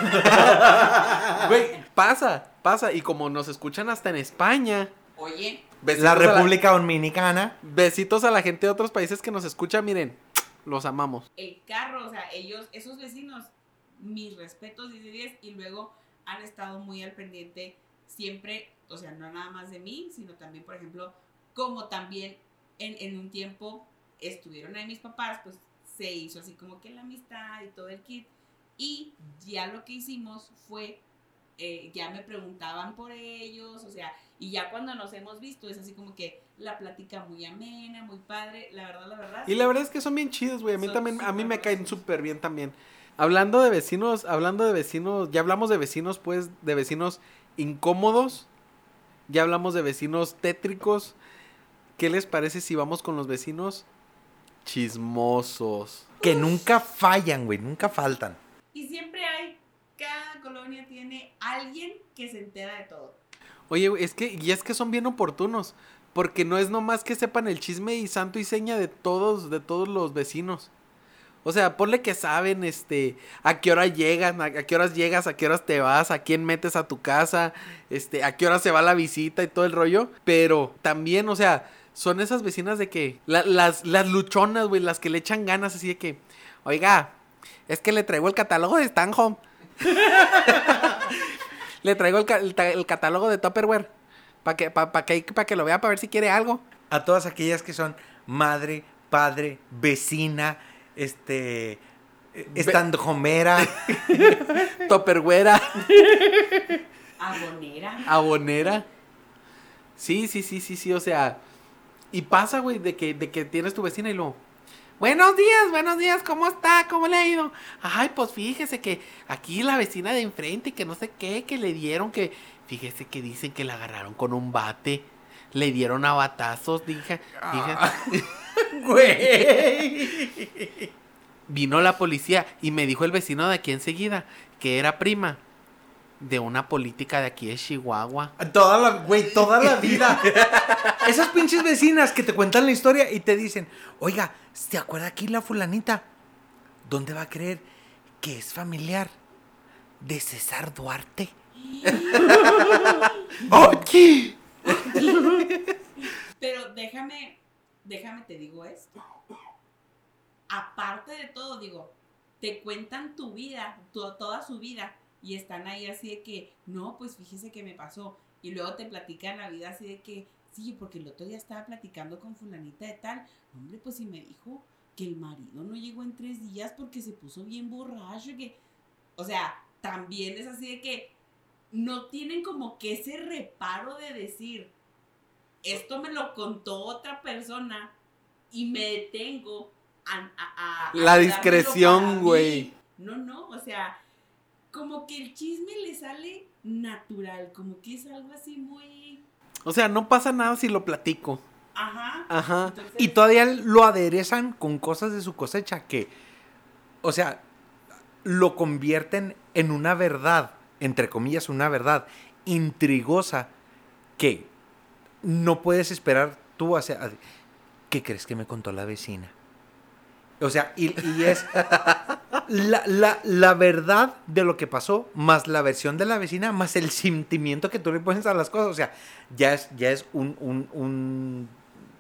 S1: Güey, pasa, pasa. Y como nos escuchan hasta en España.
S2: Oye.
S3: La República la, Dominicana.
S1: Besitos a la gente de otros países que nos escucha, miren. Los amamos.
S2: El carro, o sea, ellos, esos vecinos, mis respetos, diez de diez, y luego han estado muy al pendiente siempre, o sea, no nada más de mí, sino también, por ejemplo, como también en, en un tiempo estuvieron ahí mis papás, pues se hizo así como que la amistad y todo el kit, y ya lo que hicimos fue eh, ya me preguntaban por ellos, o sea, y ya cuando nos hemos visto es así como que la plática muy amena, muy padre, la verdad, la verdad.
S1: Y la verdad es que son bien chidos, güey. A mí
S2: Son
S1: también, a mí me
S2: súper
S1: caen
S2: buenos.
S1: súper bien también. Hablando de vecinos, hablando de vecinos, ya hablamos de vecinos, pues, de vecinos incómodos. Ya hablamos de vecinos tétricos. ¿Qué les parece si vamos con los vecinos chismosos?
S3: Que nunca fallan, güey, nunca faltan.
S2: Y siempre hay, cada colonia tiene alguien que se entera de todo.
S1: Oye, güey, es que, y es que son bien oportunos. Porque no es nomás que sepan el chisme y santo y seña de todos, de todos los vecinos. O sea, ponle que saben, este, a qué hora llegan, a, a qué horas llegas, a qué horas te vas, a quién metes a tu casa, este, a qué hora se va la visita y todo el rollo. Pero también, o sea, son esas vecinas de que, la, las, las luchonas, güey, las que le echan ganas así de que, oiga, es que le traigo el catálogo de Stanhome. Le traigo el, ca- el, ta- el catálogo de Tupperware. Para que, pa, pa que, pa que lo vea, para ver si quiere algo.
S3: A todas aquellas que son madre, padre, vecina, este, estandojomera.
S1: Tupperware.
S2: Abonera.
S1: Abonera. Sí, sí, sí, sí, sí, o sea. Y pasa, güey, de que, de que tienes tu vecina y luego. Buenos días, buenos días, ¿cómo está? ¿Cómo le ha ido? Ay, pues fíjese que aquí la vecina de enfrente, que no sé qué, que le dieron, que. Fíjese que dicen que la agarraron con un bate. Le dieron a batazos, dije. dije
S3: Güey.
S1: Vino la policía y me dijo el vecino de aquí enseguida que era prima de una política de aquí de Chihuahua.
S3: Toda la, güey, toda la vida. Esas pinches vecinas que te cuentan la historia y te dicen, oiga, ¿se acuerda aquí la fulanita? ¿Dónde va a creer que es familiar de César Duarte? ¡Oye!
S2: Pero déjame, déjame te digo esto. Aparte de todo, digo, te cuentan tu vida, tu- toda su vida, y están ahí así de que, no, pues fíjese que me pasó. Y luego te platican la vida así de que, sí, porque el otro día estaba platicando con fulanita de tal. Hombre, pues sí me dijo que el marido no llegó en tres días porque se puso bien borracho. Y que, o sea, también es así de que no tienen como que ese reparo de decir, esto me lo contó otra persona y me detengo a, a, a
S1: La
S2: a
S1: discreción,
S2: quedármelo para
S1: güey.
S2: mí. No, no, o sea, como que el chisme le sale natural, como que es algo así muy...
S1: O sea, no pasa nada si lo platico.
S2: Ajá.
S1: Ajá.
S2: Entonces,
S3: Y todavía lo aderezan con cosas de su cosecha que, o sea, lo convierten en una verdad, entre comillas, una verdad intrigosa que no puedes esperar tú hacia... ¿Qué crees que me contó la vecina? O sea, y, y es la, la, la verdad de lo que pasó, más la versión de la vecina, más el sentimiento que tú le pones a las cosas. O sea, ya es, ya es un, un, un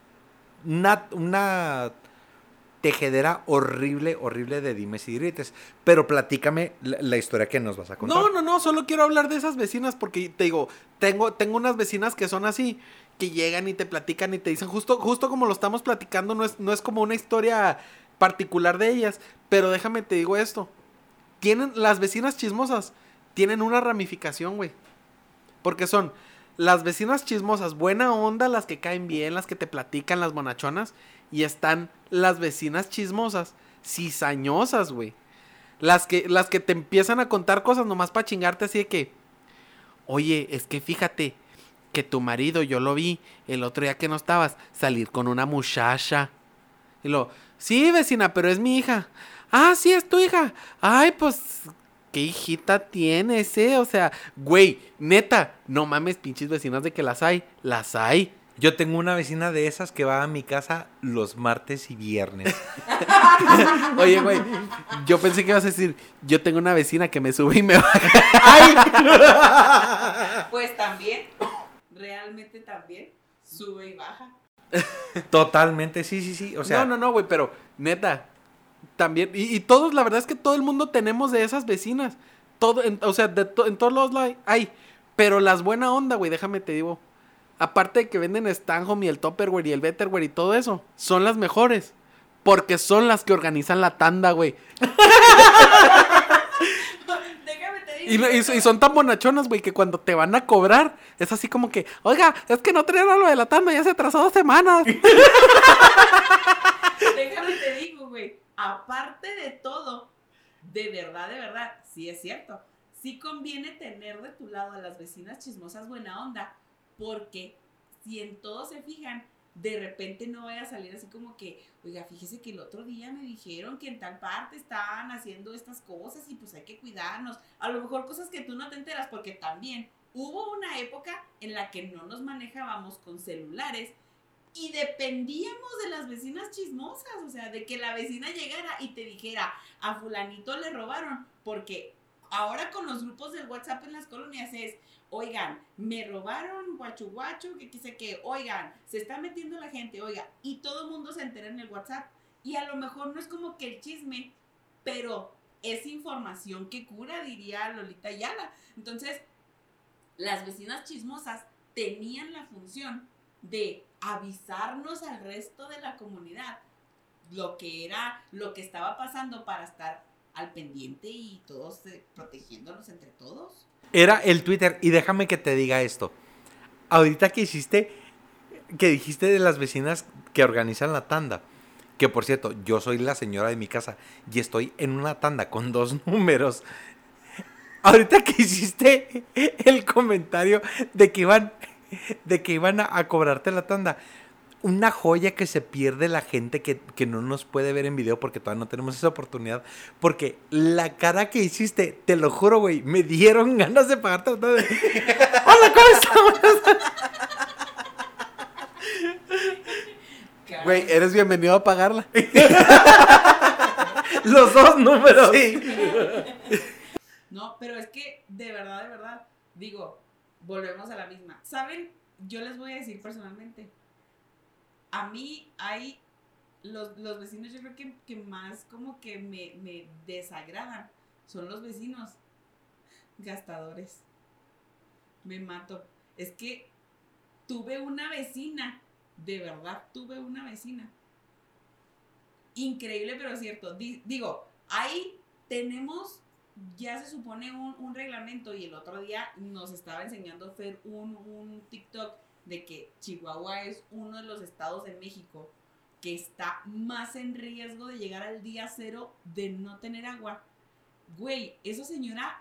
S3: una, una tejedera horrible, horrible de dimes y diretes. Pero platícame la, la historia que nos vas a contar.
S1: No, no, no, solo quiero hablar de esas vecinas porque te digo, tengo, tengo unas vecinas que son así, que llegan y te platican y te dicen, justo, justo como lo estamos platicando, no es, no es como una historia particular de ellas, pero déjame te digo esto, tienen, las vecinas chismosas, tienen una ramificación, güey, porque son las vecinas chismosas, buena onda, las que caen bien, las que te platican, las bonachonas, y están las vecinas chismosas, cizañosas, güey. Las que, las que te empiezan a contar cosas nomás para chingarte así de que, oye, es que fíjate que tu marido, yo lo vi el otro día que no estabas, salir con una muchacha. Y lo, sí, vecina, pero es mi hija. Ah, sí, es tu hija. Ay, pues, ¿qué hijita tienes, eh? O sea, güey, neta, no mames, pinches vecinas de que las hay, las hay.
S3: Yo tengo una vecina de esas que va a mi casa los martes y viernes.
S1: Oye, güey, yo pensé que ibas a decir, yo tengo una vecina que me sube y me baja.
S2: pues también, realmente también, sube y baja.
S3: Totalmente, sí, sí, sí. O sea,
S1: no, no, no, güey, pero neta, también, y, y todos, la verdad es que todo el mundo tenemos de esas vecinas. Todo, en, o sea, de to, en todos los lados hay. Pero las buena onda, güey, déjame te digo. Aparte de que venden Stanhome y el Tupperware y el Betterware y todo eso, son las mejores. Porque son las que organizan la tanda, güey.
S2: Déjame te
S1: Y, y, y son tan bonachonas, güey, que cuando te van a cobrar, es así como que, oiga, es que no trajeron lo de la tanda, ya se atrasó dos semanas.
S2: Déjame te digo, güey, aparte de todo, de verdad, de verdad, sí es cierto, sí conviene tener de tu lado a las vecinas chismosas buena onda, porque si en todo se fijan, de repente no vaya a salir así como que, oiga, fíjese que el otro día me dijeron que en tal parte estaban haciendo estas cosas y pues hay que cuidarnos. A lo mejor cosas que tú no te enteras, porque también hubo una época en la que no nos manejábamos con celulares y dependíamos de las vecinas chismosas, o sea, de que la vecina llegara y te dijera, a fulanito le robaron, porque ahora con los grupos del WhatsApp en las colonias es, oigan, me robaron guacho guacho, que quise que, oigan, se está metiendo la gente, oiga, y todo el mundo se entera en el WhatsApp, y a lo mejor no es como que el chisme, pero es información que cura, diría Lolita Ayala. Entonces, las vecinas chismosas tenían la función de avisarnos al resto de la comunidad lo que era, lo que estaba pasando para estar al pendiente y todos eh, protegiéndonos entre todos.
S3: Era el Twitter. Y déjame que te diga esto. Ahorita que hiciste, que dijiste de las vecinas que organizan la tanda, que por cierto, yo soy la señora de mi casa y estoy en una tanda con dos números. Ahorita que hiciste el comentario de que iban, de que iban a, a cobrarte la tanda, una joya que se pierde la gente que, que no nos puede ver en video porque todavía no tenemos esa oportunidad. Porque la cara que hiciste, te lo juro, güey, me dieron ganas de pagarte la tanda. ¡Hola, ¿cómo estamos?
S1: Güey, eres bienvenido a pagarla.
S3: Los dos números.
S1: Sí.
S2: No, pero es que, de verdad, de verdad, digo, volvemos a la misma. ¿Saben? Yo les voy a decir personalmente, a mí hay los, los vecinos, yo creo que, que más como que me, me desagradan, son los vecinos gastadores. Me mato. Es que tuve una vecina, de verdad, tuve una vecina. Increíble, pero cierto. Di, digo, ahí tenemos, ya se supone un, un reglamento, y el otro día nos estaba enseñando Fer un, un TikTok de que Chihuahua es uno de los estados en México que está más en riesgo de llegar al día cero de no tener agua. Güey, esa señora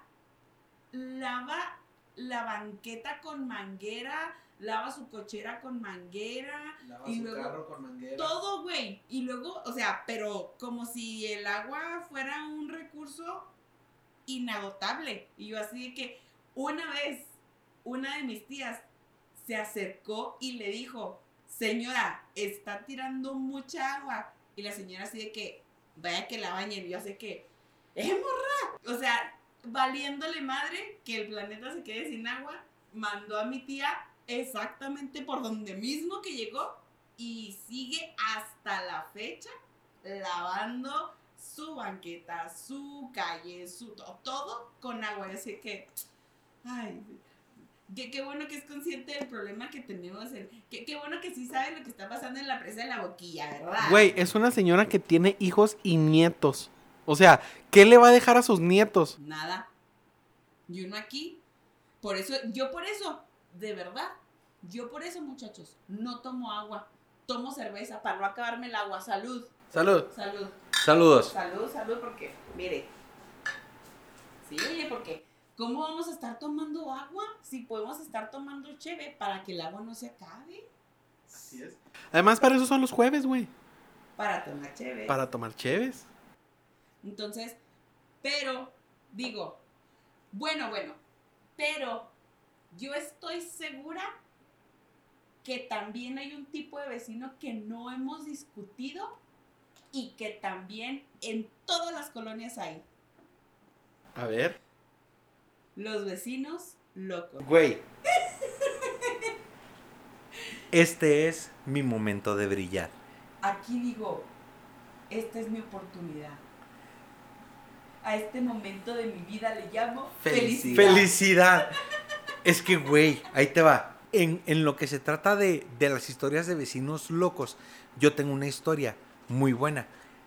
S2: lava la banqueta con manguera, lava su cochera con manguera,
S1: Lava
S2: y
S1: su
S2: luego
S1: carro con manguera.
S2: todo, güey. Y luego, o sea, pero como si el agua fuera un recurso inagotable. Y yo así de que una vez, una de mis tías se acercó y le dijo, señora, está tirando mucha agua. Y la señora así de que, vaya que la bañen. Y yo sé que, ¡eh, morra! O sea, valiéndole madre que el planeta se quede sin agua, mandó a mi tía exactamente por donde mismo que llegó y sigue hasta la fecha lavando su banqueta, su calle, su to- todo con agua. Así que, ay, qué, qué bueno que es consciente del problema que tenemos. El, qué, qué bueno que sí sabe lo que está pasando en la presa de la Boquilla, ¿verdad?
S1: Güey, es una señora que tiene hijos y nietos. O sea, ¿qué le va a dejar a sus nietos?
S2: Nada. Y uno aquí. Por eso, yo por eso, de verdad, yo por eso, muchachos, no tomo agua. Tomo cerveza para no acabarme el agua. Salud.
S1: Salud.
S2: Salud.
S3: Saludos.
S2: Salud, salud, porque, mire. Sí, oye, porque ¿cómo vamos a estar tomando agua si podemos estar tomando cheve para que el agua no se acabe?
S1: Así es. Además, para eso son los jueves, güey.
S2: Para tomar cheve.
S1: Para tomar cheves.
S2: Entonces, pero, digo, bueno, bueno, pero yo estoy segura que también hay un tipo de vecino que no hemos discutido y que también en todas las colonias hay.
S1: A ver.
S2: Los vecinos locos.
S3: Güey. Este es mi momento de brillar.
S2: Aquí digo, esta es mi oportunidad. A este momento de mi vida le llamo
S1: Felicidad.
S2: felicidad.
S3: ¡Felicidad! Es que, güey, ahí te va. En, en lo que se trata de, de las historias de vecinos locos, yo tengo una historia muy buena.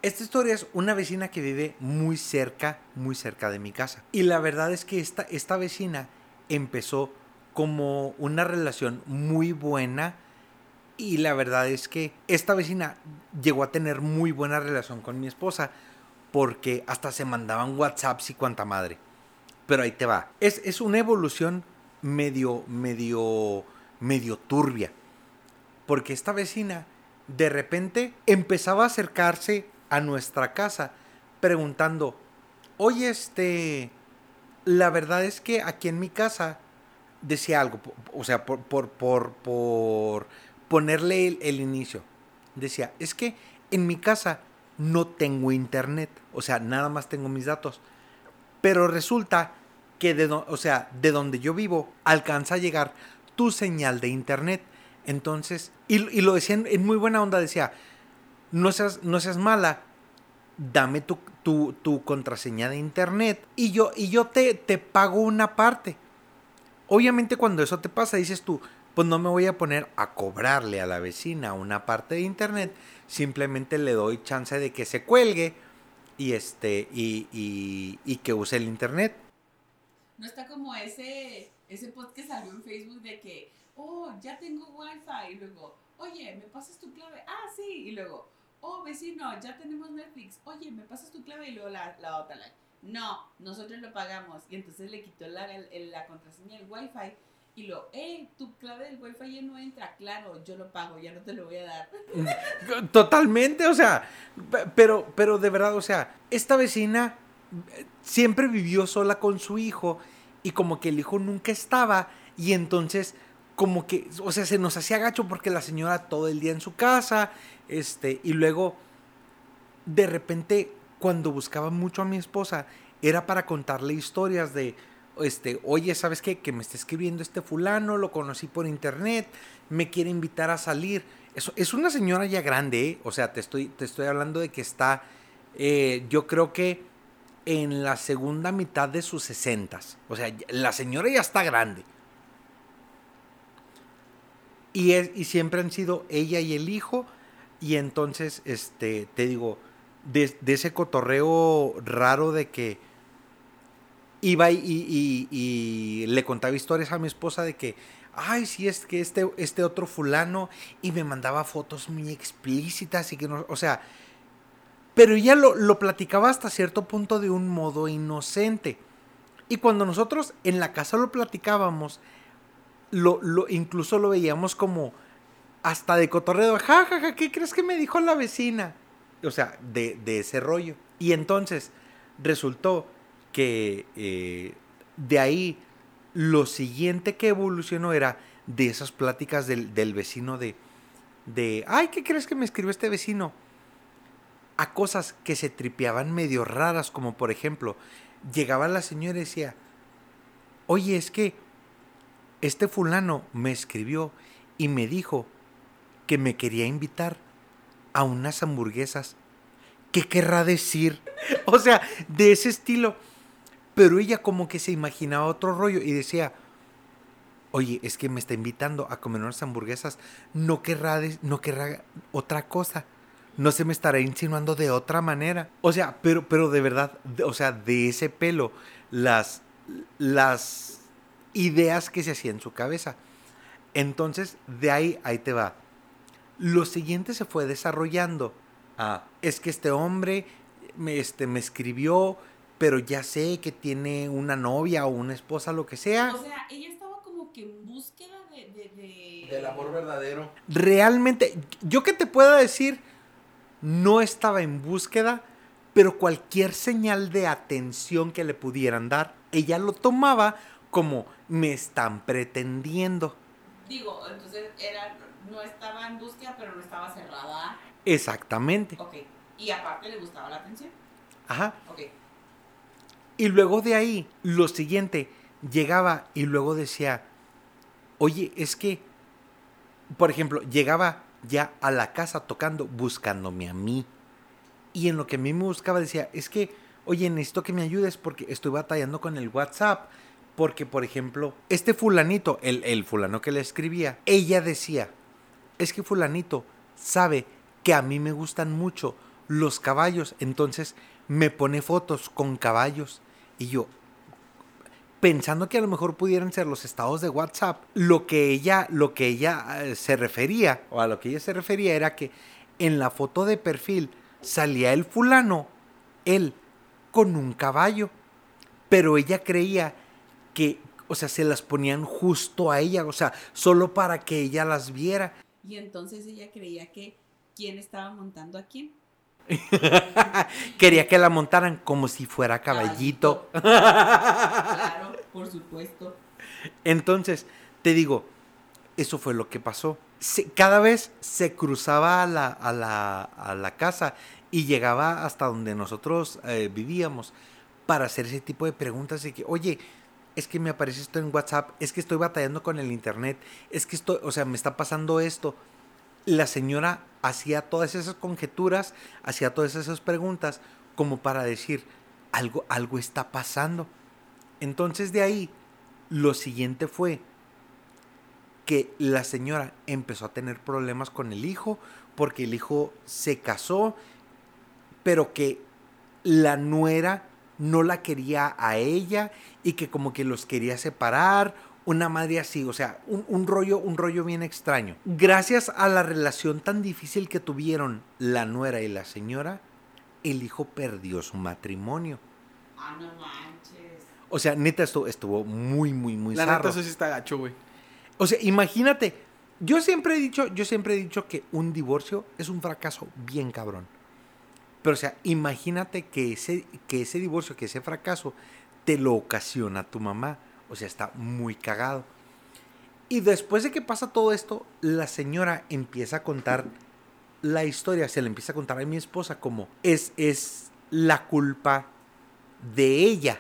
S3: Esta historia es una vecina que vive muy cerca, muy cerca de mi casa. Y la verdad es que esta, esta vecina empezó como una relación muy buena. Y la verdad es que esta vecina llegó a tener muy buena relación con mi esposa. Porque hasta se mandaban WhatsApps y cuanta madre. Pero ahí te va. Es, es una evolución medio, medio, medio turbia. Porque esta vecina de repente empezaba a acercarse a nuestra casa preguntando, oye, este, la verdad es que aquí en mi casa decía algo, o sea, por, por, por, por ponerle el, el inicio. Decía, es que en mi casa no tengo internet, o sea, nada más tengo mis datos. Pero resulta que de, do, o sea, de donde yo vivo alcanza a llegar tu señal de internet. Entonces, y, y lo decía en, en muy buena onda, decía, no seas, no seas mala, dame tu, tu, tu contraseña de internet y yo, y yo te, te pago una parte. Obviamente cuando eso te pasa dices tú, pues no me voy a poner a cobrarle a la vecina una parte de internet, simplemente le doy chance de que se cuelgue y, este, y, y, y que use el internet.
S2: No está como ese, ese post que salió en Facebook de que, oh, ya tengo wifi, y luego, oye, ¿me pasas tu clave? Ah, sí, y luego, oh, vecino, ya tenemos Netflix, oye, ¿me pasas tu clave? Y luego la, la otra, la, no, nosotros lo pagamos, y entonces le quitó la, el, la contraseña del wifi, y lo, eh, tu clave del wifi ya no entra, claro, yo lo pago, ya no te lo voy a dar.
S3: Totalmente, o sea, pero, pero de verdad, o sea, esta vecina siempre vivió sola con su hijo, y como que el hijo nunca estaba, y entonces como que, o sea, se nos hacía gacho porque la señora todo el día en su casa, este, y luego, de repente, cuando buscaba mucho a mi esposa, era para contarle historias de, este, oye, ¿sabes qué? Que me está escribiendo este fulano, lo conocí por internet, me quiere invitar a salir. Eso, es una señora ya grande, ¿eh? O sea, te estoy, te estoy hablando de que está, eh, yo creo que en la segunda mitad de sus sesentas. O sea, la señora ya está grande. Y, es, y siempre han sido ella y el hijo. Y entonces, este, te digo, de, de ese cotorreo raro de que iba y, y, y le contaba historias a mi esposa de que, ay, sí, es que este, este otro fulano, y me mandaba fotos muy explícitas y que no, o sea, pero ella lo, lo platicaba hasta cierto punto de un modo inocente. Y cuando nosotros en la casa lo platicábamos, Lo, lo, incluso lo veíamos como hasta de cotorreo. Ja, ja, ja, ¿qué crees que me dijo la vecina? O sea, de, de ese rollo. Y entonces resultó que eh, de ahí lo siguiente que evolucionó era de esas pláticas del, del vecino de, de, ay, ¿qué crees que me escribió este vecino? A cosas que se tripeaban medio raras, como por ejemplo, llegaba la señora y decía, oye, es que este fulano me escribió y me dijo que me quería invitar a unas hamburguesas. ¿Qué querrá decir? O sea, de ese estilo. Pero ella como que se imaginaba otro rollo y decía, oye, es que me está invitando a comer unas hamburguesas. No querrá, de, no querrá otra cosa. No se me estará insinuando de otra manera. O sea, pero, pero de verdad, de, o sea, de ese pelo, las... las ideas que se hacían en su cabeza. Entonces, de ahí, ahí te va. Lo siguiente se fue desarrollando. Ah, es que este hombre me, este, me escribió, pero ya sé que tiene una novia o una esposa, lo que sea.
S2: O sea, ella estaba como que en búsqueda de... de, de...
S1: Del amor verdadero.
S3: Realmente, yo que te pueda decir, no estaba en búsqueda, pero cualquier señal de atención que le pudieran dar, ella lo tomaba como me están pretendiendo.
S2: Digo, entonces era, no estaba en búsqueda, pero no estaba cerrada.
S3: Exactamente.
S2: Ok. Y aparte le gustaba la atención.
S3: Ajá.
S2: Ok.
S3: Y luego de ahí, lo siguiente, llegaba y luego decía, oye, es que, por ejemplo, llegaba ya a la casa tocando, buscándome a mí. Y en lo que a mí me buscaba decía, es que, oye, necesito que me ayudes porque estoy batallando con el WhatsApp. Porque, por ejemplo, este fulanito, el, el fulano que le escribía, ella decía, es que fulanito sabe que a mí me gustan mucho los caballos. Entonces me pone fotos con caballos. Y yo, pensando que a lo mejor pudieran ser los estados de WhatsApp, lo que ella, lo que ella eh, se refería, o a lo que ella se refería era que en la foto de perfil salía el fulano, él, con un caballo. Pero ella creía que, o sea, se las ponían justo a ella, o sea, solo para que ella las viera.
S2: Y entonces ella creía que quién estaba montando a quién.
S3: Quería que la montaran como si fuera caballito.
S2: Claro, por supuesto.
S3: Entonces, te digo, eso fue lo que pasó. Se, cada vez se cruzaba a la, a, la, a la casa y llegaba hasta donde nosotros eh, vivíamos para hacer ese tipo de preguntas de que, oye, es que me aparece esto en WhatsApp, es que estoy batallando con el internet, es que estoy, o sea, me está pasando esto. La señora hacía todas esas conjeturas, hacía todas esas preguntas como para decir, algo, algo está pasando. Entonces de ahí, lo siguiente fue que la señora empezó a tener problemas con el hijo, porque el hijo se casó, pero que la nuera no la quería a ella y que como que los quería separar. Una madre así, o sea, un, un rollo, un rollo bien extraño. Gracias a la relación tan difícil que tuvieron la nuera y la señora, el hijo perdió su matrimonio.
S2: Ah, no manches.
S3: O sea, neta, esto estuvo muy, muy, muy
S1: La
S3: zarro.
S1: neta, eso sí está gacho, güey.
S3: O sea, imagínate, yo siempre he dicho, yo siempre he dicho que un divorcio es un fracaso bien cabrón. Pero, o sea, imagínate que ese, que ese divorcio, que ese fracaso, te lo ocasiona tu mamá. O sea, está muy cagado. Y después de que pasa todo esto, la señora empieza a contar la historia. Se le empieza a contar a mi esposa como es, es la culpa de ella.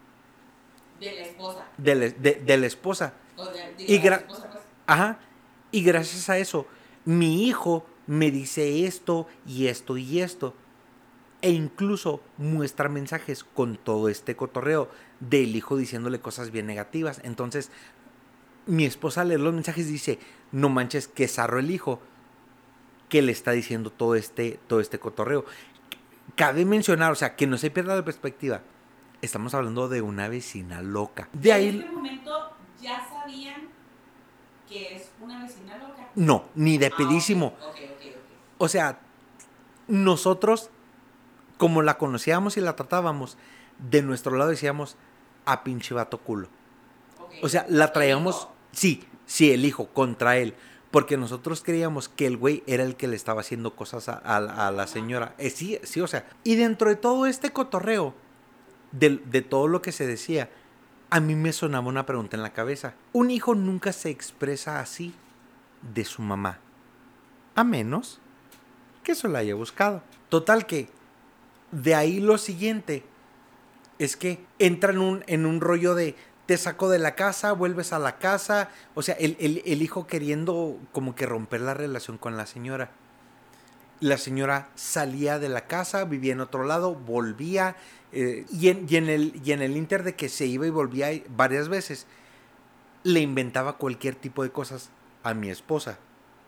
S2: De la esposa.
S3: De la, de, de la esposa.
S2: O de, digo,
S3: Y
S2: de la
S3: gra-
S2: esposa, pues.
S3: Ajá. Y gracias a eso, mi hijo me dice esto y esto y esto. E incluso muestra mensajes con todo este cotorreo del hijo diciéndole cosas bien negativas. Entonces, mi esposa lee los mensajes y dice, no manches, que zarro el hijo que le está diciendo todo este, todo este cotorreo. Cabe mencionar, o sea, que no se pierda la perspectiva. Estamos hablando de una vecina loca. De
S2: En
S3: ahí...
S2: este momento ya sabían que es una vecina loca.
S3: No, ni de
S2: Ah,
S3: pedísimo.
S2: ok, ok, ok, ok.
S3: O sea, nosotros, como la conocíamos y la tratábamos, de nuestro lado decíamos, a pinche vato culo.
S2: Ok.
S3: O sea, la
S2: ¿El
S3: traíamos,
S2: hijo?
S3: sí, sí, el hijo, contra él. Porque nosotros creíamos que el güey era el que le estaba haciendo cosas a, a- a la señora. Eh, sí, sí, o sea. Y dentro de todo este cotorreo, de, de todo lo que se decía, a mí me sonaba una pregunta en la cabeza. Un hijo nunca se expresa así de su mamá. A menos que se lo haya buscado. Total que, de ahí lo siguiente, es que entra en un, en un rollo de te saco de la casa, vuelves a la casa. O sea, el, el, el hijo queriendo como que romper la relación con la señora. La señora salía de la casa, vivía en otro lado, volvía. Eh, y, en, y, en el, y en el inter de que se iba y volvía varias veces, le inventaba cualquier tipo de cosas a mi esposa.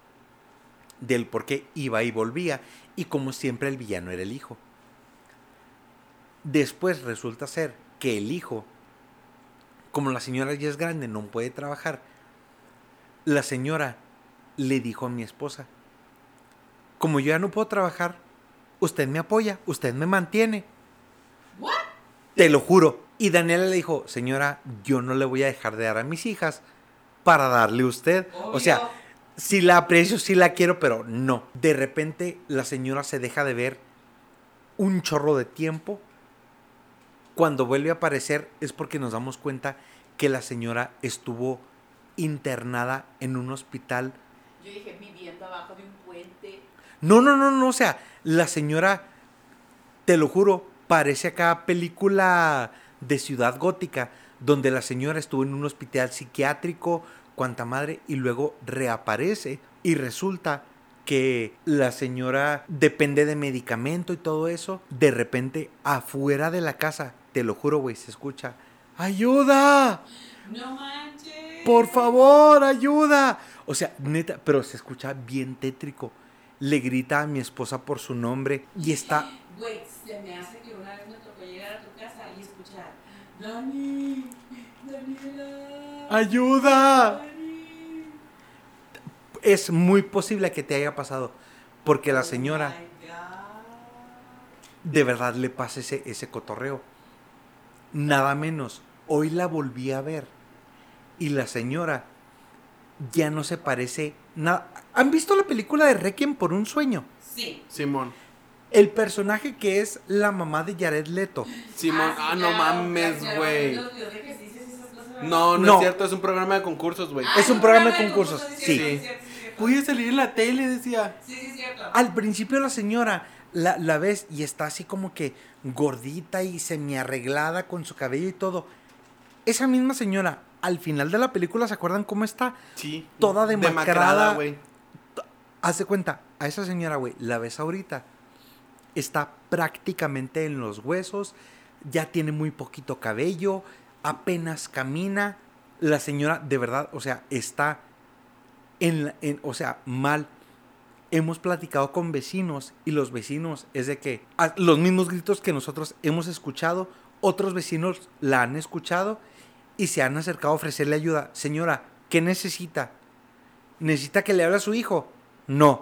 S3: Del por qué iba y volvía. Y como siempre el villano era el hijo. Después resulta ser que el hijo, como la señora ya es grande, no puede trabajar, la señora le dijo a mi esposa, como yo ya no puedo trabajar, usted me apoya, usted me mantiene.
S2: ¿What?
S3: Te lo juro. Y Daniela le dijo, señora, yo no le voy a dejar de dar a mis hijas para darle a usted.
S2: Obvio.
S3: O sea, sí la aprecio, sí la quiero, pero no. De repente la señora se deja de ver un chorro de tiempo. Cuando vuelve a aparecer es porque nos damos cuenta que la señora estuvo internada en un hospital.
S2: Yo dije, viviendo abajo de un puente.
S3: No, no, no, no, o sea, la señora, te lo juro, parece acá película de Ciudad Gótica, donde la señora estuvo en un hospital psiquiátrico, cuanta madre, y luego reaparece y resulta que la señora depende de medicamento y todo eso. De repente, afuera de la casa, te lo juro, güey, se escucha, ¡ayuda!
S2: No manches.
S3: ¡Por favor, ayuda! O sea, neta, pero se escucha bien tétrico. le grita a mi esposa por su nombre y está...
S2: Güey, se me hace que una vez me tocó llegar a tu casa y escuchar, Dani, Daniela,
S1: ¡Ayuda!
S2: Dani.
S3: Es muy posible que te haya pasado, porque la señora
S2: Oh my God.
S3: de verdad le pasa ese, ese cotorreo. Nada menos, hoy la volví a ver y la señora ya no se parece nada. ¿Han visto la película de Requiem por un sueño?
S2: Sí.
S1: Simón.
S3: El personaje que es la mamá de Jared Leto.
S1: Simón.
S2: sí,
S1: Ah, no
S2: claro,
S1: mames,
S2: claro,
S1: güey.
S2: los videos de ejercicios y esas cosas, ¿verdad?
S1: No, no,
S3: No.
S1: es cierto, es un programa de concursos, güey.
S2: Ah,
S3: Es un programa de concursos,
S2: sí.
S3: sí.
S2: Sí, sí, sí, sí.
S1: Voy a salir en la tele, decía.
S2: Sí, sí, cierto.
S3: Al principio la señora la, la ves y está así como que gordita y semiarreglada con su cabello y todo. Esa misma señora, al final de la película, ¿se acuerdan cómo está?
S1: Sí.
S3: Toda demacrada.
S1: güey.
S3: Haz de cuenta, a esa señora, güey, la ves ahorita. Está prácticamente en los huesos, ya tiene muy poquito cabello, apenas camina. La señora, de verdad, o sea, está en, la- en o sea, mal. Hemos platicado con vecinos y los vecinos es de que a- los mismos gritos que nosotros hemos escuchado, otros vecinos la han escuchado y se han acercado a ofrecerle ayuda. Señora, ¿qué necesita? ¿Necesita que le hable a su hijo? No.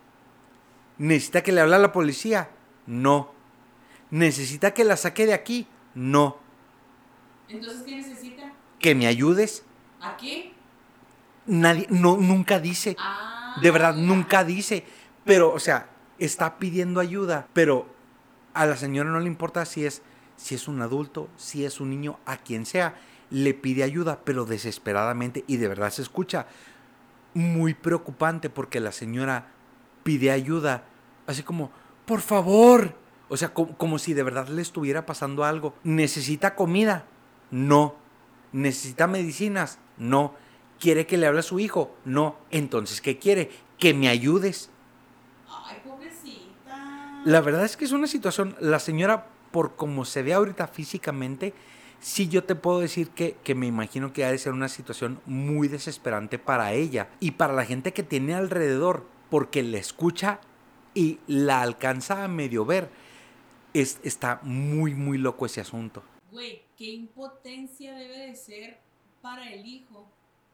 S3: ¿Necesita que le hable a la policía? No. ¿Necesita que la saque de aquí? No.
S2: Entonces, ¿qué necesita?
S3: ¿Que me ayudes?
S2: ¿A qué?
S3: Nadie, no, nunca dice.
S2: Ah,
S3: De verdad,
S2: ya.
S3: nunca dice. Pero, o sea, está pidiendo ayuda. Pero a la señora no le importa si es, si es un adulto, si es un niño, a quien sea. Le pide ayuda, pero desesperadamente. Y de verdad se escucha muy preocupante porque la señora pide ayuda. Así como, por favor. O sea, como, como si de verdad le estuviera pasando algo. ¿Necesita comida? No. ¿Necesita medicinas? No. ¿Quiere que le hable a su hijo? No. Entonces, ¿qué quiere? Que me ayudes.
S2: Ay, pobrecita.
S3: La verdad es que es una situación, la señora, por como se ve ahorita físicamente, sí yo te puedo decir que, que me imagino que ha de ser una situación muy desesperante para ella y para la gente que tiene alrededor, porque la escucha y la alcanza a medio ver. Es, está muy, muy loco ese asunto.
S2: Güey, qué impotencia debe de ser para el hijo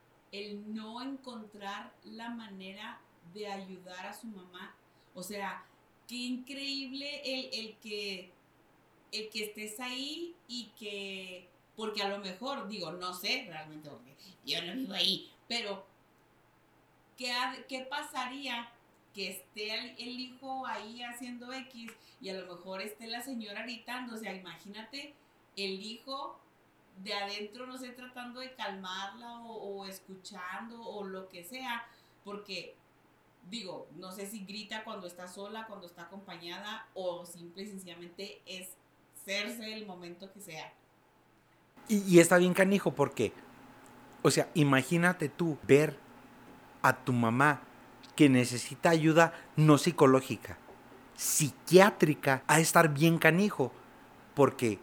S2: el no encontrar la manera de ayudar a su mamá. O sea, qué increíble el, el que el que estés ahí y que, porque a lo mejor, digo, no sé realmente, porque yo no vivo ahí, pero ¿qué, ha- qué pasaría que esté el, el hijo ahí haciendo X y a lo mejor esté la señora gritando? O sea, imagínate el hijo de adentro, no sé, tratando de calmarla o, o escuchando o lo que sea, porque digo, no sé si grita cuando está sola, cuando está acompañada o simple y sencillamente es serse el momento que sea.
S3: Y, y está bien canijo porque, o sea, imagínate tú ver a tu mamá que necesita ayuda no psicológica, psiquiátrica, a estar bien canijo, porque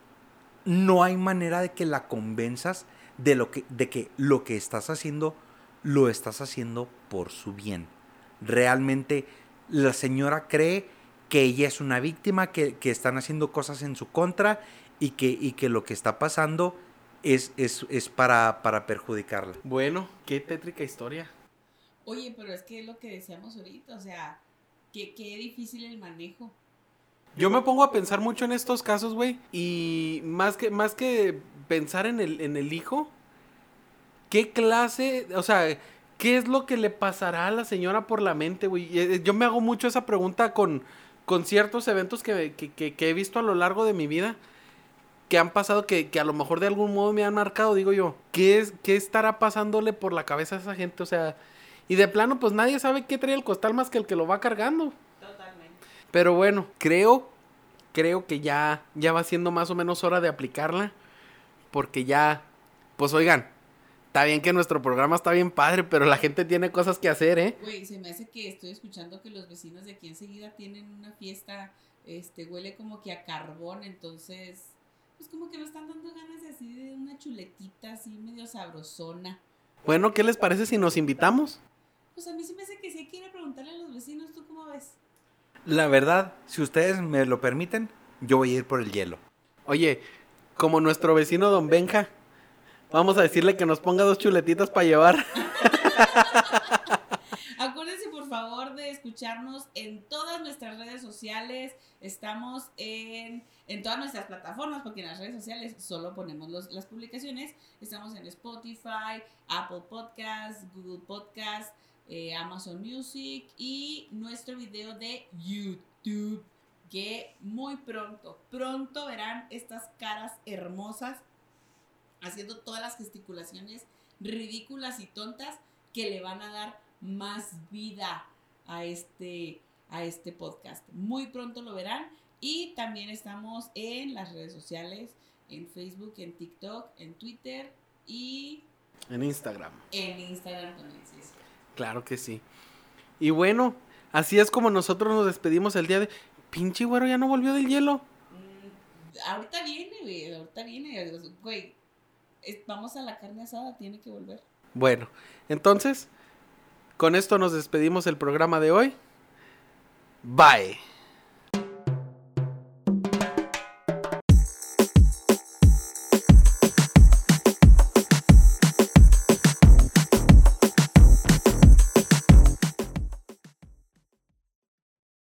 S3: no hay manera de que la convenzas de, lo que, de que lo que estás haciendo, lo estás haciendo por su bien. Realmente la señora cree que ella es una víctima, que, que están haciendo cosas en su contra y que, y que lo que está pasando es, es, es para, para perjudicarla.
S1: Bueno, qué tétrica historia.
S2: Oye, pero es que es lo que decíamos ahorita, o sea, qué, qué difícil el manejo.
S1: Yo me pongo a pensar mucho en estos casos, güey. Y más que, más que pensar en el, en el hijo, ¿qué clase, o sea, qué es lo que le pasará a la señora por la mente, güey? Eh, Yo me hago mucho esa pregunta con, con ciertos eventos que, que, que, que he visto a lo largo de mi vida, que han pasado, que, que a lo mejor de algún modo me han marcado. Digo yo, ¿qué, es, ¿qué estará pasándole por la cabeza a esa gente? O sea, y de plano, pues nadie sabe qué trae el costal más que el que lo va cargando.
S2: Totalmente.
S1: Pero bueno, creo, creo que ya, ya va siendo más o menos hora de aplicarla. Porque ya, pues oigan, está bien que nuestro programa está bien padre, pero la gente tiene cosas que hacer, ¿eh?
S2: Güey, se me hace que estoy escuchando que los vecinos de aquí enseguida tienen una fiesta, este, huele como que a carbón, entonces, pues como que me están dando ganas de así de una chuletita así medio sabrosona.
S1: Bueno, ¿qué les parece si nos invitamos?
S2: Pues a mí sí me hace que sí hay que ir a preguntarle a los vecinos, ¿tú cómo ves?
S3: La verdad, si ustedes me lo permiten, yo voy a ir por el hielo.
S1: Oye, como nuestro vecino Don Benja, vamos a decirle que nos ponga dos chuletitas para llevar.
S2: Acuérdense por favor de escucharnos en todas nuestras redes sociales. Estamos en, en todas nuestras plataformas, porque en las redes sociales solo ponemos los, las publicaciones. Estamos en Spotify, Apple Podcasts, Google Podcasts, eh, Amazon Music y nuestro video de YouTube, que muy pronto, pronto verán estas caras hermosas haciendo todas las gesticulaciones ridículas y tontas que le van a dar más vida a este, a este podcast. Muy pronto lo verán. Y también estamos en las redes sociales, en Facebook, en TikTok, en Twitter y
S1: En Instagram.
S2: en Instagram también, sí, sí.
S1: Claro que sí. Y bueno, así es como nosotros nos despedimos el día de... Pinche güero ya no volvió del hielo.
S2: Mm, ahorita viene, güey, ahorita viene, güey. es- Vamos a la carne asada, tiene que volver.
S1: Bueno, entonces, con esto nos despedimos el programa de hoy. Bye.